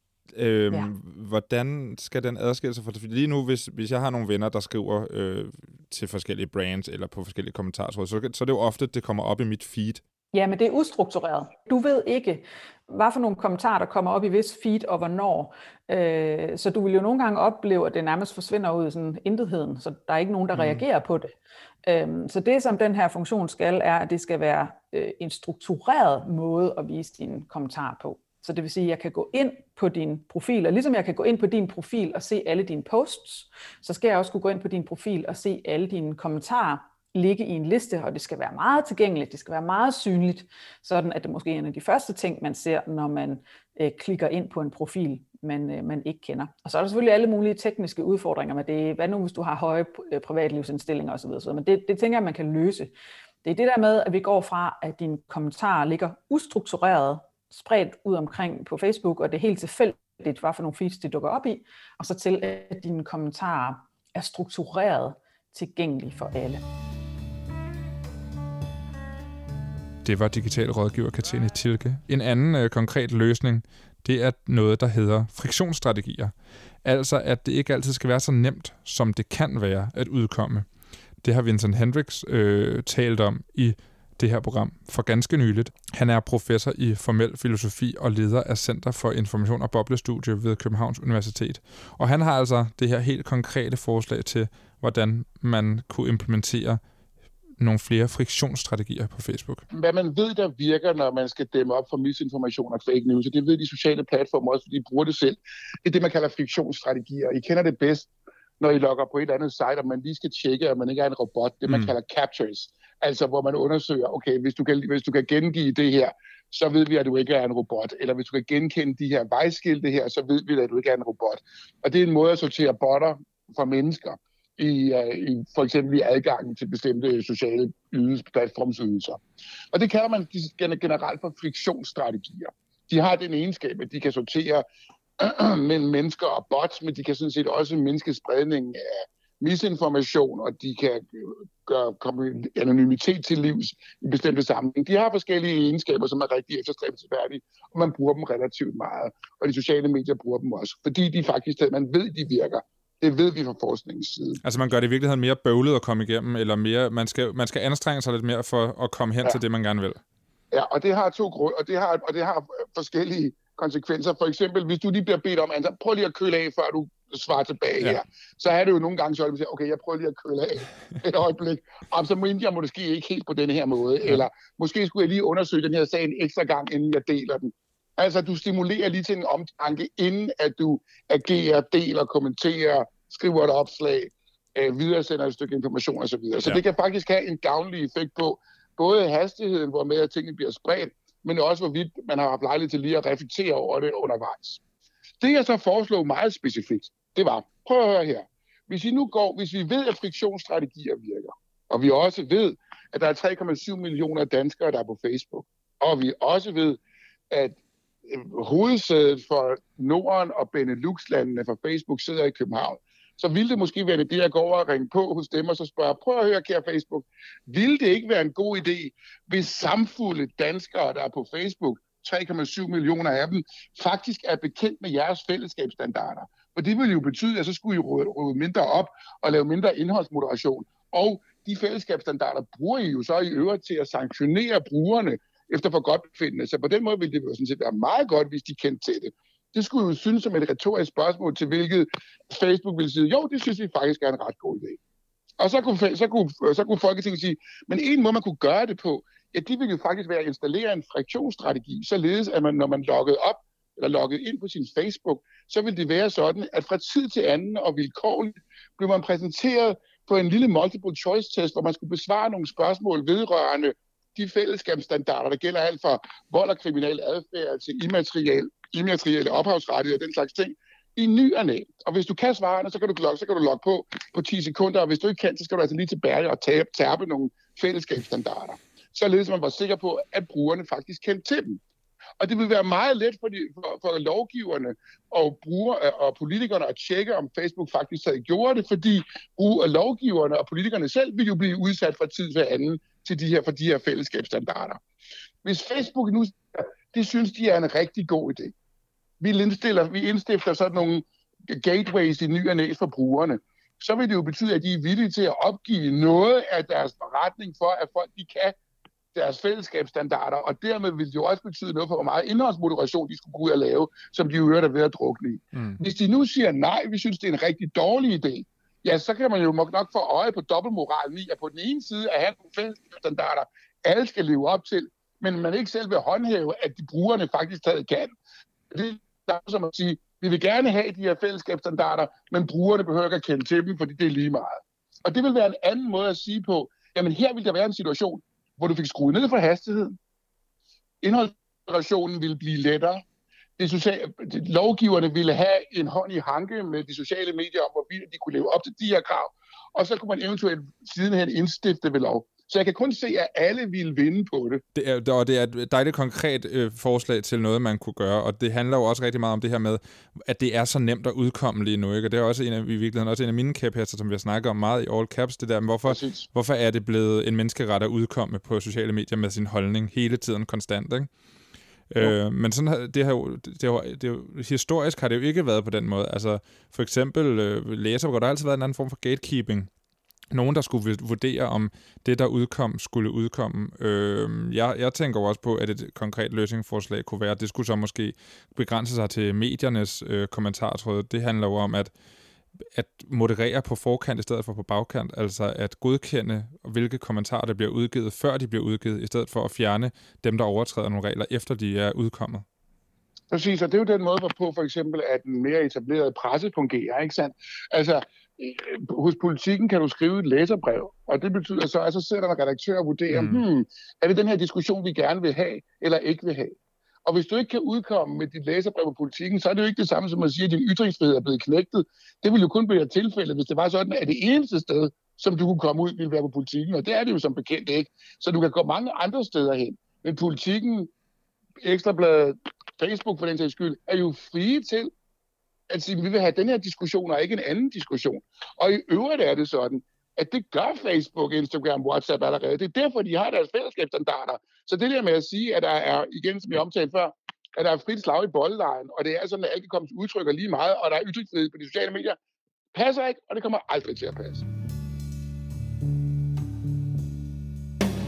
hvordan skal den adskille sig? For lige nu, hvis jeg har nogle venner, der skriver til forskellige brands eller på forskellige kommentartråd, så er det jo ofte, det kommer op i mit feed. Ja, men det er ustruktureret. Du ved ikke, hvad for nogle kommentarer, der kommer op i vis feed og hvornår. Så du vil jo nogle gange opleve, at det nærmest forsvinder ud i sådan intetheden, så der er ikke nogen, der reagerer på det. Så det, som den her funktion skal, er, at det skal være en struktureret måde at vise dine kommentarer på. Så det vil sige, at jeg kan gå ind på din profil, og ligesom jeg kan gå ind på din profil og se alle dine posts, så skal jeg også kunne gå ind på din profil og se alle dine kommentarer ligge i en liste, og det skal være meget tilgængeligt, det skal være meget synligt, sådan at det måske er en af de første ting, man ser, når man klikker ind på en profil, man ikke kender. Og så er der selvfølgelig alle mulige tekniske udfordringer med det. Hvad nu, hvis du har høje privatlivsindstillinger osv. Men det tænker jeg, man kan løse. Det er det der med, at vi går fra, at dine kommentarer ligger ustruktureret, spredt ud omkring på Facebook, og det er helt tilfældigt, hvad for nogle feeds de dukker op i, og så til, at dine kommentarer er struktureret tilgængelige for alle. Det var digital rådgiver Katrine Thielke. En anden konkret løsning, det er noget, der hedder friktionsstrategier. Altså, at det ikke altid skal være så nemt, som det kan være at udkomme. Det har Vincent Hendricks talt om i det her program for ganske nyligt. Han er professor i formel filosofi og leder af Center for Information og Boblestudie ved Københavns Universitet. Og han har altså det her helt konkrete forslag til, hvordan man kunne implementere nogle flere friktionsstrategier på Facebook. Hvad man ved, der virker, når man skal dæmme op for misinformation og fake news, og det ved de sociale platforme også, fordi de bruger det selv, det er det, man kalder friktionsstrategier. I kender det bedst, når I logger på et andet site, og man lige skal tjekke, at man ikke er en robot. Det man kalder captures. Altså, hvor man undersøger, okay, hvis du kan gengive det her, så ved vi, at du ikke er en robot. Eller hvis du kan genkende de her vejskilte her, så ved vi, at du ikke er en robot. Og det er en måde at sortere botter fra mennesker i for eksempel i adgangen til bestemte sociale platformsydelser. Og det kalder man generelt for friktionsstrategier. De har den egenskab, at de kan sortere mellem mennesker og bots, men de kan sådan set også mindske spredningen af misinformation, og de kan komme anonymitet til livs i bestemte sammenhæng. De har forskellige egenskaber, som er rigtig efterstræbelsesværdige, og man bruger dem relativt meget. Og de sociale medier bruger dem også, fordi de faktisk, man ved, de virker. Det ved vi fra forskningens side. Altså man gør det i virkeligheden mere bøvlet at komme igennem, eller mere, man skal anstrenge sig lidt mere for at komme hen til det, man gerne vil? Ja, og det har to grunde, og det har forskellige konsekvenser. For eksempel, hvis du lige bliver bedt om, altså, prøv lige at køle af, før du svarer tilbage her. Så er det jo nogle gange så, at du siger, okay, jeg prøver lige at køle af et øjeblik. Og så mener jeg måske ikke helt på den her måde. Eller måske skulle jeg lige undersøge den her sag en ekstra gang, inden jeg deler den. Altså, du stimulerer lige til en omtanke, inden at du agerer, deler, kommenterer, skriver et opslag, videresender et stykke information osv. Så det kan faktisk have en gavnlig effekt på både hastigheden, hvor med at tingene bliver spredt, men også hvorvidt man har haft lejlighed til lige at reflektere over det undervejs. Det jeg så foreslog meget specifikt, det var, prøv at høre her, hvis vi ved, at friktionsstrategier virker, og vi også ved, at der er 3,7 millioner danskere, der er på Facebook, og vi også ved, at hovedsædet for Norden og Benelux-landene for Facebook sidder i København, så ville det måske være det at gå over og ringe på hos dem og så spørge, prøv at høre, kære Facebook, ville det ikke være en god idé, hvis samfulde danskere, der er på Facebook, 3,7 millioner af dem, faktisk er bekendt med jeres fællesskabsstandarder? For det ville jo betyde, at så skulle I rydde mindre op og lave mindre indholdsmoderation. Og de fællesskabsstandarder bruger I jo så i øvrigt til at sanktionere brugerne efter forgodtbefindende. Så på den måde ville det jo sådan set være meget godt, hvis de kendte til det. Det skulle jo synes som et retorisk spørgsmål til, hvilket Facebook ville sige, jo, det synes vi faktisk er en ret god idé. Og så kunne Folketinget sige, men en måde, man kunne gøre det på, ja, det ville jo faktisk være at installere en friktionsstrategi, således at man, når man loggede op, eller logget ind på sin Facebook, så ville det være sådan, at fra tid til anden og vilkårligt blev man præsenteret på en lille multiple choice test, hvor man skulle besvare nogle spørgsmål vedrørende de fællesskabsstandarder, der gælder alt fra vold og kriminel adfærd til immaterielle ophavsrettigheder og den slags ting, i ny og næ. Og hvis du kan svarene, så kan du logge på 10 sekunder, og hvis du ikke kan, så skal du altså lige tilbage og tabe nogle fællesskabsstandarder. Således man var sikker på, at brugerne faktisk kendte til dem. Og det vil være meget let for lovgiverne og politikerne at tjekke, om Facebook faktisk havde gjort det, fordi lovgiverne og politikerne selv vil jo blive udsat fra tid til anden for de her fællesskabsstandarder. Hvis Facebook nu det synes de er en rigtig god idé. Vi indstifter sådan nogle gateways i ny og næ for brugerne. Så vil det jo betyde, at de er villige til at opgive noget af deres forretning for, at folk de kan deres fællesskabsstandarder, og dermed vil det jo også betyde noget for, hvor meget indholdsmoderation de skulle gå ud og lave, som de jo er ved at drukne i. Hvis de nu siger nej, vi synes, det er en rigtig dårlig idé, ja, så kan man jo nok få øje på dobbeltmoralen i, at på den ene side at have nogle fællesskabsstandarder, alle skal leve op til, men man ikke selv vil håndhæve, at de brugerne faktisk stadig kan. Det er som at sige, vi vil gerne have de her fællesskabsstandarder, men brugerne behøver ikke at kende til dem, fordi det er lige meget. Og det vil være en anden måde at sige på, jamen her vil der være en situation, hvor du fik skruet ned for hastigheden. Indholdsmoderationen ville blive lettere. Lovgiverne ville have en hånd i hanke med de sociale medier om, hvorvidt de kunne leve op til de her krav. Og så kunne man eventuelt sidenhen indstifte ved lov. Så jeg kan kun se, at alle ville vinde på det. Det er et dejligt konkret forslag til noget, man kunne gøre, og det handler jo også rigtig meget om det her med, at det er så nemt at udkomme lige nu, ikke? Og det er også i virkeligheden også en af mine kæphester, som vi har snakket om meget i All Caps, det der, hvorfor er det blevet en menneskeret at udkomme på sociale medier med sin holdning hele tiden konstant, ikke? Men sådan historisk har det jo ikke været på den måde. Altså for eksempel læser, hvor der har altid været en anden form for gatekeeping. Nogen, der skulle vurdere, om det, der udkom, skulle udkomme. Jeg tænker også på, at et konkret løsningsforslag kunne være, at det skulle så måske begrænse sig til mediernes kommentartråd. Det handler jo om at moderere på forkant i stedet for på bagkant, altså at godkende, hvilke kommentarer, der bliver udgivet, før de bliver udgivet, i stedet for at fjerne dem, der overtræder nogle regler, efter de er udkommet. Præcis, og det er jo den måde, hvorpå for eksempel, at den mere etablerede presse fungerer, ikke sandt? Altså, hos Politikken kan du skrive et læserbrev, og det betyder så, at så sidder der en redaktør og vurderer, er det den her diskussion, vi gerne vil have, eller ikke vil have? Og hvis du ikke kan udkomme med dit læserbrev på Politikken, så er det jo ikke det samme som at sige, at din ytringsfrihed er blevet knægtet. Det ville jo kun blive et tilfælde, hvis det var sådan, at det eneste sted, som du kunne komme ud, ville være på Politikken, og det er det jo som bekendt ikke. Så du kan gå mange andre steder hen. Men Politikken, Ekstrabladet, Facebook for den sags skyld, er jo frie til at sige, at vi vil have den her diskussion, og ikke en anden diskussion. Og i øvrigt er det sådan, at det gør Facebook, Instagram, WhatsApp allerede. Det er derfor, de har deres fællesskabsstandarder. Så det der med at sige, at der er, igen som jeg omtalte før, at der er frit slag i boldlejen, og det er sådan, at alle kan komme til udtryk lige meget, og der er ytringsfrihed på de sociale medier, passer ikke, og det kommer aldrig til at passe.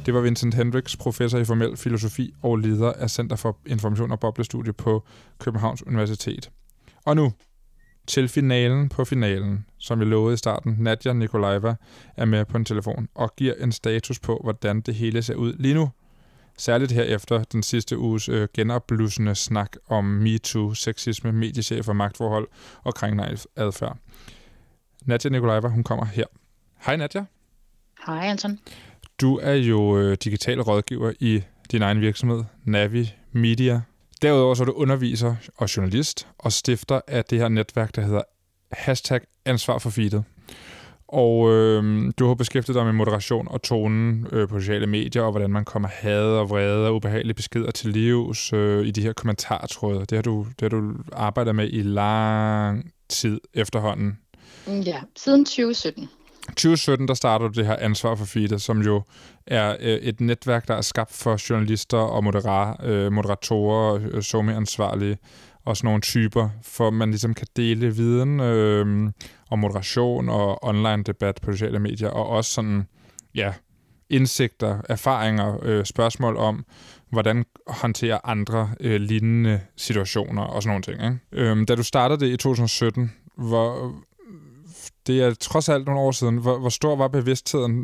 Det var Vincent Hendricks, professor i formel filosofi og leder af Center for Information og Boblestudie på Københavns Universitet. Og nu til finalen på finalen, som vi lovede i starten. Nadia Nikolajeva er med på en telefon og giver en status på, hvordan det hele ser ud lige nu. Særligt her efter den sidste uges genopblussende snak om MeToo, sexisme, mediechef og magtforhold og krænkende adfærd. Nadia Nikolajeva, hun kommer her. Hej Nadia. Hej Anton. Du er jo digital rådgiver i din egen virksomhed, Navi Media. Derudover så er du underviser og journalist og stifter af det her netværk, der hedder #ansvar for feedet. Og du har beskæftiget dig med moderation og tonen på sociale medier, og hvordan man kommer had og vrede og ubehagelige beskeder til livs i de her kommentartråde. Det har du arbejdet med i lang tid efterhånden. Ja, siden 2017. 2017, der startede du det her ansvar for feedet, som jo er et netværk, der er skabt for journalister og moderatorer, somi-ansvarlige og sådan nogle typer, for man ligesom kan dele viden om moderation og online debat på sociale medier, og også sådan, ja, indsigter, erfaringer, spørgsmål om, hvordan håndterer andre lignende situationer og sådan nogle ting. Ikke? Da du startede det i 2017, det er trods alt nogle år siden, hvor stor var bevidstheden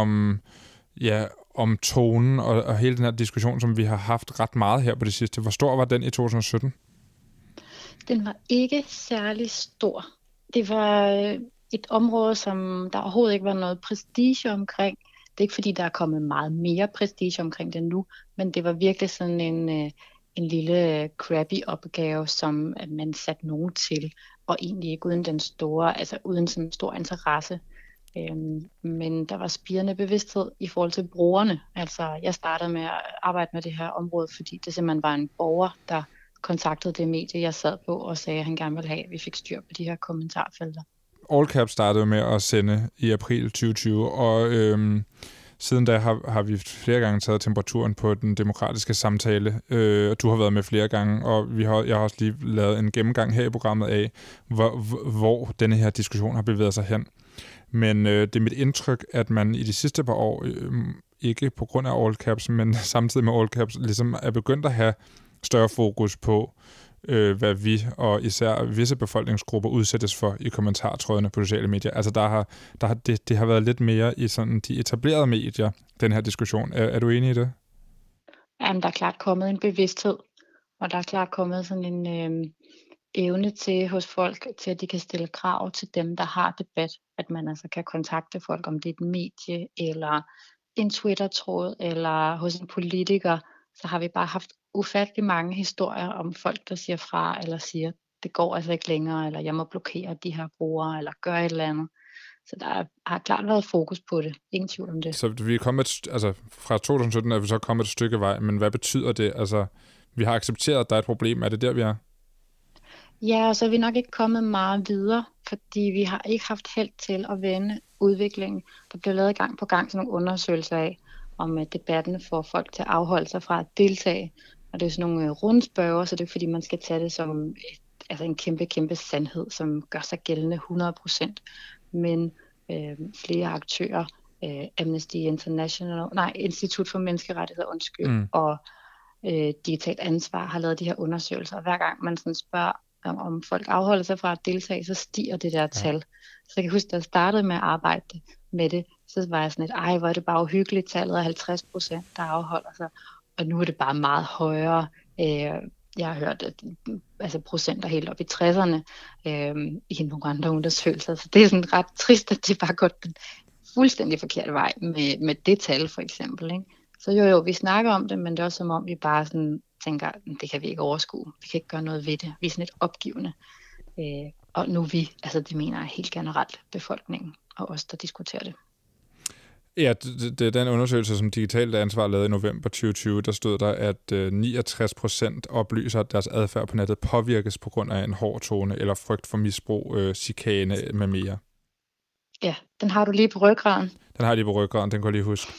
om tonen og hele den her diskussion, som vi har haft ret meget her på det sidste. Hvor stor var den i 2017? Den var ikke særlig stor. Det var et område, som der overhovedet ikke var noget prestige omkring. Det er ikke fordi, der er kommet meget mere prestige omkring det nu, men det var virkelig sådan en lille crappy opgave, som man satte nogen til, og egentlig ikke uden uden sådan en stor interesse. Men der var spirende bevidsthed i forhold til brugerne. Altså, jeg startede med at arbejde med det her område, fordi det simpelthen var en borger, der kontaktede det medie, jeg sad på, og sagde, at han gerne ville have, at vi fik styr på de her kommentarfelter. All Caps startede med at sende i april 2020, og siden da har vi flere gange taget temperaturen på den demokratiske samtale. Du har været med flere gange, og jeg har også lige lavet en gennemgang her i programmet af, hvor denne her diskussion har bevæget sig hen. Men det er mit indtryk, at man i de sidste par år, ikke på grund af All Caps, men samtidig med All Caps, ligesom er begyndt at have større fokus på, hvad vi og især visse befolkningsgrupper udsættes for i kommentartrådene på sociale medier. Altså det har været lidt mere i sådan de etablerede medier, den her diskussion. Er du enig i det? Jamen, der er klart kommet en bevidsthed, og der er klart kommet sådan en evne til hos folk, til at de kan stille krav til dem, der har debat. At man altså kan kontakte folk, om det er et medie, eller en Twitter-tråd, eller hos en politiker. Så har vi bare haft ufattelig mange historier om folk, der siger fra, eller siger, det går altså ikke længere, eller jeg må blokere de her brugere, eller gøre et eller andet. Så der har klart været fokus på det. Ingen tvivl om det. Så vi er kommet fra 2017 er vi så kommet et stykke vej, men hvad betyder det? Altså, vi har accepteret, at der er et problem. Er det der, vi er? Ja, og så er vi nok ikke kommet meget videre, fordi vi har ikke haft held til at vende udviklingen. Der bliver lavet gang på gang sådan nogle undersøgelser af, om debatten får folk til at afholde sig fra at deltage. Og det er sådan nogle rundspørger, så det er fordi, man skal tage det som en kæmpe sandhed, som gør sig gældende 100%. Men flere aktører, Amnesty International, Institut for Menneskerettigheder, og Digitalt Ansvar har lavet de her undersøgelser. Og hver gang man sådan spørger, om folk afholder sig fra at deltage, så stiger det der tal. Så jeg kan huske, da jeg startede med at arbejde med det, så var jeg sådan lidt, hvor er det bare uhyggeligt, tallet er 50%, der afholder sig. Og nu er det bare meget højere. Jeg har hørt, at procenter helt op i 60'erne i nogle andre undersøgelser. Så det er sådan ret trist, at det bare går den fuldstændig forkerte vej med det tal, for eksempel. Ikke? Så jo, vi snakker om det, men det er også som om, vi bare sådan tænker, det kan vi ikke overskue. Vi kan ikke gøre noget ved det. Vi er sådan lidt opgivende. Og nu det mener jeg helt generelt befolkningen og os, der diskuterer det. Ja, det er den undersøgelse, som Digitalt Ansvar lavede i november 2020, der stod der, at 69% oplyser, at deres adfærd på nettet påvirkes på grund af en hård tone eller frygt for misbrug, chikane med mere. Ja, den har du lige på ryggraden. Den har jeg lige på ryggraden, den kan jeg lige huske.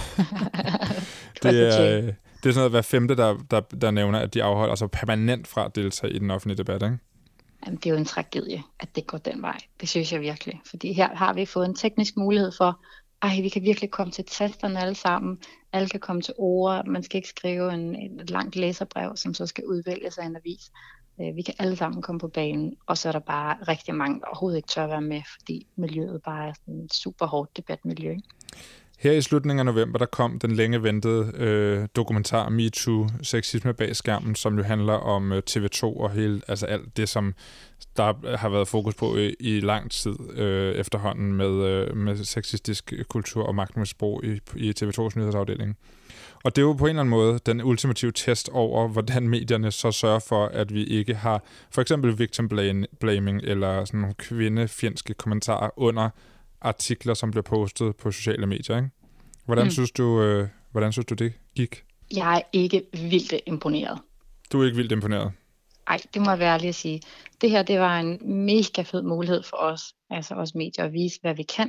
Det er sådan noget, hver femte, der nævner, at de afholder sig permanent fra at deltage i den offentlige debat, ikke? Jamen, det er jo en tragedie, at det går den vej. Det synes jeg virkelig. Fordi her har vi fået en teknisk mulighed for, vi kan virkelig komme til tasterne alle sammen. Alle kan komme til ord. Man skal ikke skrive et langt læserbrev, som så skal udvælges af en avis. Vi kan alle sammen komme på banen, og så er der bare rigtig mange, der overhovedet ikke tør at være med, fordi miljøet bare er sådan et super hårdt debatmiljø. Ikke? Her i slutningen af november, der kom den længe ventede dokumentar MeToo, sexisme bag skærmen, som jo handler om TV2 og hele, altså alt det, som der har været fokus på i lang tid efterhånden med sexistisk kultur og magtmisbrug i TV2's nyhedsafdeling. Og det er jo på en eller anden måde den ultimative test over, hvordan medierne så sørger for, at vi ikke har for eksempel victim blaming eller sådan nogle kvindefjendske kommentarer under artikler, som bliver postet på sociale medier, ikke? Hvordan synes du, det gik? Jeg er ikke vildt imponeret. Du er ikke vildt imponeret? Nej, det må jeg være ærlig at sige. Det her, det var en mega fed mulighed for os, altså os medier, at vise, hvad vi kan.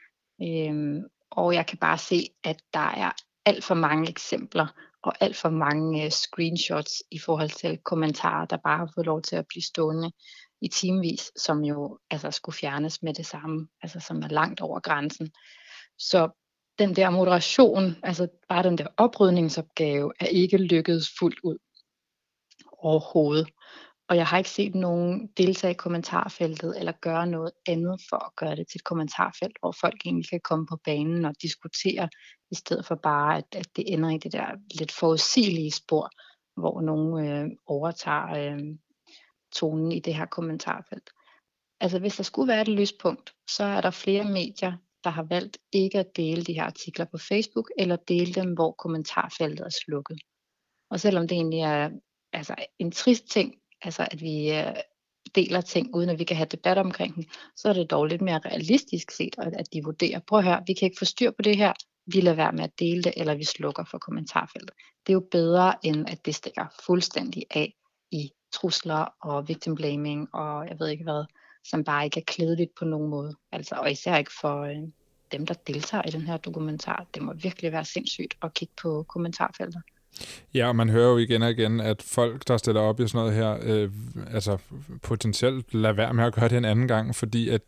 Og jeg kan bare se, at der er alt for mange eksempler og alt for mange screenshots i forhold til kommentarer, der bare har fået lov til at blive stående i timevis, som jo altså skulle fjernes med det samme, altså som er langt over grænsen. Så den der moderation, altså bare den der oprydningsopgave, er ikke lykkedes fuldt ud overhovedet. Og jeg har ikke set nogen deltage i kommentarfeltet eller gøre noget andet for at gøre det til et kommentarfelt, hvor folk egentlig kan komme på banen og diskutere, i stedet for bare, at det ender i det der lidt forudsigelige spor, hvor nogen overtager tonen i det her kommentarfelt. Altså hvis der skulle være et lyspunkt, så er der flere medier, der har valgt ikke at dele de her artikler på Facebook, eller dele dem, hvor kommentarfeltet er slukket. Og selvom det egentlig er altså en trist ting, altså at vi deler ting, uden at vi kan have debat omkring den, så er det dog lidt mere realistisk set, at de vurderer, prøv at høre, vi kan ikke få styr på det her, vi lader være med at dele det, eller vi slukker for kommentarfeltet. Det er jo bedre, end at det stikker fuldstændig af i trusler og victim blaming, og jeg ved ikke hvad, som bare ikke er klædeligt på nogen måde. Altså, og især ikke for dem, der deltager i den her dokumentar. Det må virkelig være sindssygt at kigge på kommentarfeltet. Ja, og man hører jo igen og igen, at folk, der stiller op i sådan noget her, altså potentielt lader være med at gøre det en anden gang, fordi at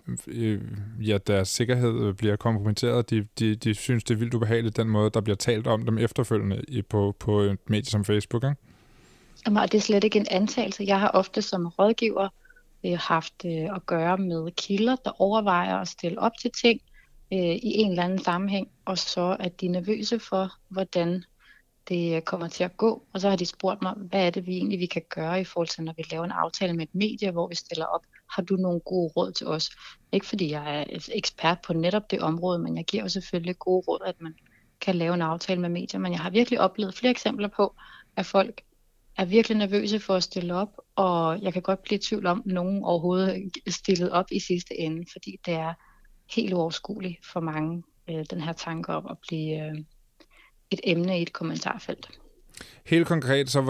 deres sikkerhed bliver kompromitteret. De synes, det er vildt ubehageligt, den måde, der bliver talt om dem efterfølgende på et medie som Facebook, ikke? Jamen, og det er slet ikke en antagelse. Jeg har ofte som rådgiver haft at gøre med kilder, der overvejer at stille op til ting i en eller anden sammenhæng, og så er de nervøse for, hvordan det kommer til at gå. Og så har de spurgt mig, hvad er det vi kan gøre i forhold til, når vi laver en aftale med et medie, hvor vi stiller op. Har du nogle gode råd til os? Ikke fordi jeg er ekspert på netop det område, men jeg giver jo selvfølgelig gode råd, at man kan lave en aftale med medier. Men jeg har virkelig oplevet flere eksempler på, at folk er virkelig nervøse for at stille op, og jeg kan godt blive i tvivl om, nogen overhovedet stillet op i sidste ende, fordi det er helt uoverskueligt for mange, den her tanke om at blive et emne i et kommentarfelt. Helt konkret, så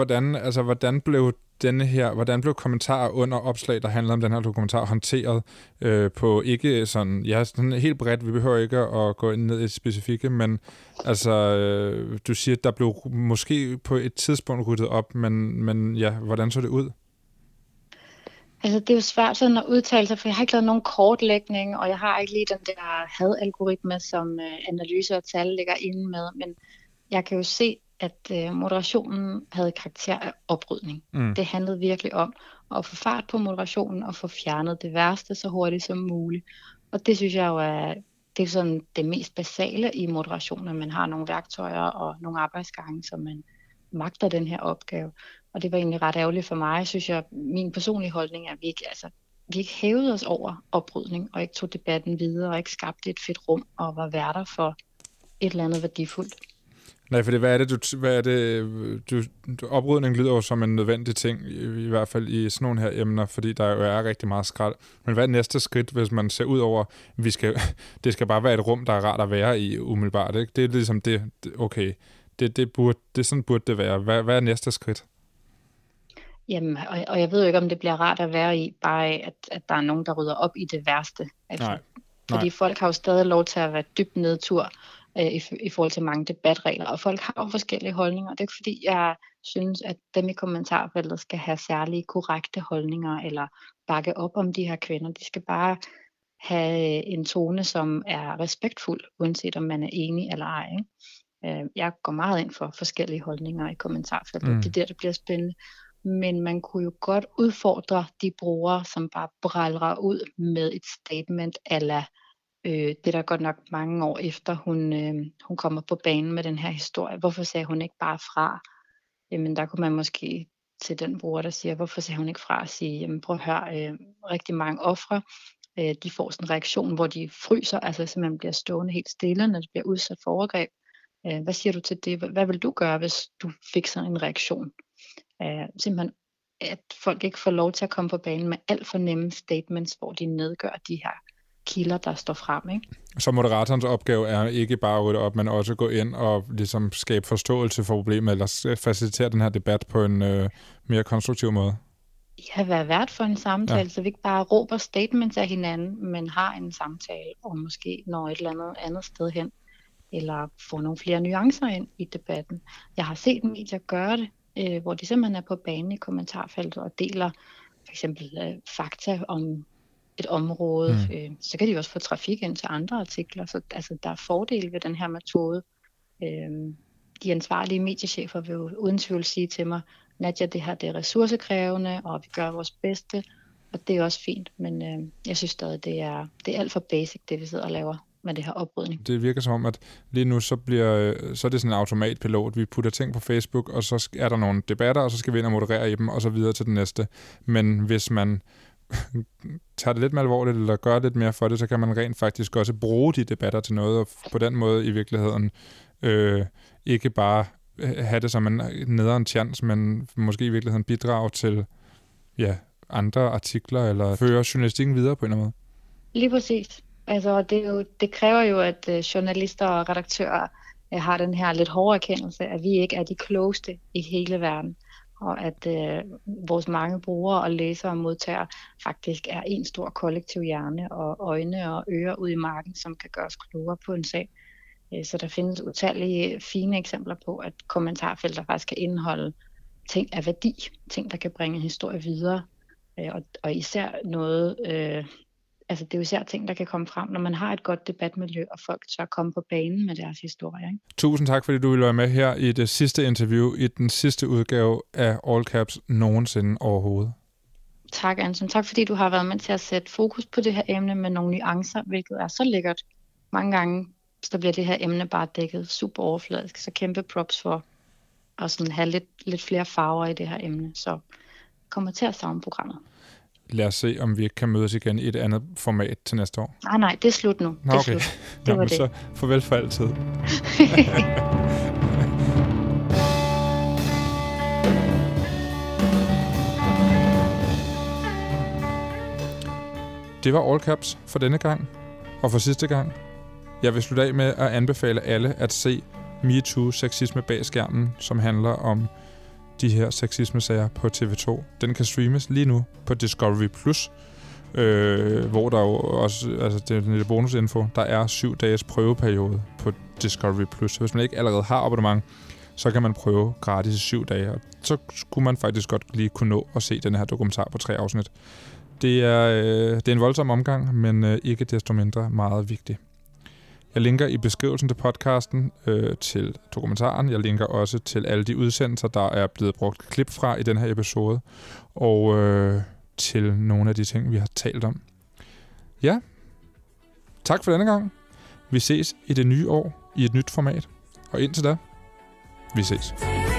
hvordan blev kommentarer under opslag, der handler om den her dokumentar, håndteret på ikke sådan helt bredt, vi behøver ikke at gå ind ned i specifikke, men altså, du siger, at der blev måske på et tidspunkt ryddet op, men ja, hvordan så det ud? Altså, det er jo svært sådan at udtale sig, for jeg har ikke lavet nogen kortlægning, og jeg har ikke lige den der hadalgoritme, som analyse og tal ligger inde med, men jeg kan jo se, at moderationen havde karakter af oprydning. Det handlede virkelig om at få fart på moderationen og få fjernet det værste så hurtigt som muligt. Og det synes jeg jo det er sådan det mest basale i moderation, at man har nogle værktøjer og nogle arbejdsgange, så man magter den her opgave. Og det var egentlig ret ærgerligt for mig, synes jeg. Min personlige holdning er, at vi ikke hævede os over oprydning og ikke tog debatten videre og ikke skabte et fedt rum og var værter for et eller andet værdifuldt. Nej, for oprydning lyder jo som en nødvendig ting, i hvert fald i sådan nogle her emner, fordi der jo er rigtig meget skrald. Men hvad er næste skridt, hvis man ser ud over, det skal bare være et rum, der er rart at være i umiddelbart, ikke? Det er ligesom sådan burde det være. Hvad er næste skridt? Jamen, og jeg ved jo ikke, om det bliver rart at være i, bare at der er nogen, der rydder op i det værste. Altså, Nej. Fordi folk har jo stadig lov til at være dybt nedtur i forhold til mange debatregler, og folk har jo forskellige holdninger. Det er ikke fordi, jeg synes, at dem i kommentarfeltet skal have særlige korrekte holdninger, eller bakke op om de her kvinder. De skal bare have en tone, som er respektfuld, uanset om man er enig eller ej. Ikke? Jeg går meget ind for forskellige holdninger i kommentarfeltet. Det er der, det bliver spændende. Men man kunne jo godt udfordre de brugere, som bare brælder ud med et statement ala det er der godt nok mange år efter, hun kommer på banen med den her historie. Hvorfor sagde hun ikke bare fra? Jamen der kunne man måske til den bruger, der siger, hvorfor sagde hun ikke fra at sige, jamen prøv at høre, rigtig mange ofre, de får sådan en reaktion, hvor de fryser, altså simpelthen bliver stående helt stille, når de bliver udsat for overgreb. Hvad siger du til det? Hvad vil du gøre, hvis du fik sådan en reaktion? Simpelthen, at folk ikke får lov til at komme på banen med alt for nemme statements, hvor de nedgør de her kilder, der står frem. Ikke? Så moderatorens opgave er ikke bare at rydde op, men også gå ind og ligesom skabe forståelse for problemet, eller facilitere den her debat på en mere konstruktiv måde? Ja, være vært for en samtale, så vi ikke bare råber statements af hinanden, men har en samtale, og måske når et eller andet sted hen, eller får nogle flere nuancer ind i debatten. Jeg har set medier gøre det, hvor de simpelthen er på banen i kommentarfeltet og deler for eksempel fakta om et område. Så kan de også få trafik ind til andre artikler. Så altså, der er fordele ved den her metode. De ansvarlige mediechefer vil jo uden tvivl sige til mig, Nadia, det her det er ressourcekrævende, og vi gør vores bedste, og det er også fint. Men jeg synes stadig, det er alt for basic, det vi sidder og laver med det her oprydning. Det virker som om, at lige nu så er det sådan en automatpilot. Vi putter ting på Facebook, og så er der nogle debatter, og så skal vi ind og moderere i dem, og så videre til den næste. Men hvis man tager det lidt mere alvorligt, eller gør lidt mere for det, så kan man rent faktisk også bruge de debatter til noget, og på den måde i virkeligheden ikke bare have det som en nederen chance, men måske i virkeligheden bidrage til andre artikler, eller føre journalistikken videre på en eller anden måde. Lige præcis. Altså, det kræver jo, at journalister og redaktører har den her lidt hårde erkendelse, at vi ikke er de klogeste i hele verden, og at vores mange brugere og læsere og modtagere faktisk er en stor kollektiv hjerne og øjne og ører ud i marken, som kan gøre os klogere på en sag. Så der findes utallige fine eksempler på, at kommentarfelter faktisk kan indeholde ting af værdi, ting, der kan bringe en historie videre, og især noget... Altså det er jo især ting, der kan komme frem, når man har et godt debatmiljø, og folk tør komme på banen med deres historie. Ikke? Tusind tak, fordi du ville være med her i det sidste interview, i den sidste udgave af All Caps nogensinde overhovedet. Tak, Anton. Tak, fordi du har været med til at sætte fokus på det her emne med nogle nuancer, hvilket er så lækkert. Mange gange så bliver det her emne bare dækket super overfladisk, så kæmpe props for at sådan have lidt flere farver i det her emne. Så kommer til at savne programmet. Lad os se, om vi ikke kan mødes igen i et andet format til næste år. Nej, det er slut nu. Nå, okay. Det var det. Så farvel for altid. Det var All Caps for denne gang, og for sidste gang. Jeg vil slutte af med at anbefale alle at se MeToo Sexisme bag skærmen, som handler om de her sexismesager på TV2. Den kan streames lige nu på Discovery+, hvor der jo også, altså det er en lille bonusinfo, der er 7 dages prøveperiode på Discovery+. Så hvis man ikke allerede har abonnement, så kan man prøve gratis i 7 dage, og så skulle man faktisk godt lige kunne nå at se den her dokumentar på 3 afsnit. Det er en voldsom omgang, men ikke desto mindre meget vigtig. Jeg linker i beskrivelsen til podcasten til dokumentaren. Jeg linker også til alle de udsendelser, der er blevet brugt klip fra i den her episode, og til nogle af de ting, vi har talt om. Ja, tak for denne gang. Vi ses i det nye år i et nyt format, og indtil da, vi ses.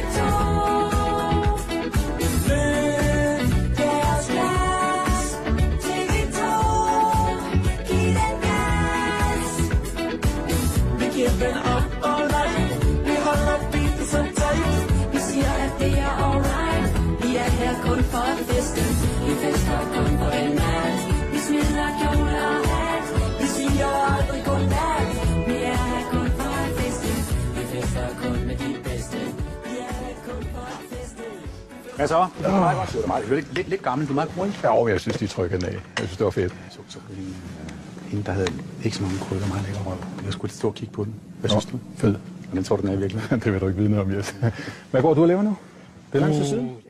Hvad så? Det var meget godt. Det var meget lidt gammel. Du er meget brugt. Ja, jeg synes, de trykker ned. Jeg synes, det var fedt. Så en, der havde ikke så mange krykker, meget lækker røv. Jeg skulle stå og kigge på den. Hvad synes du? Fed. Hvordan tror du, den er i virkeligheden? Det vil du ikke vide noget om, Jes. Hvad går du og laver nu? Det er lang tid siden.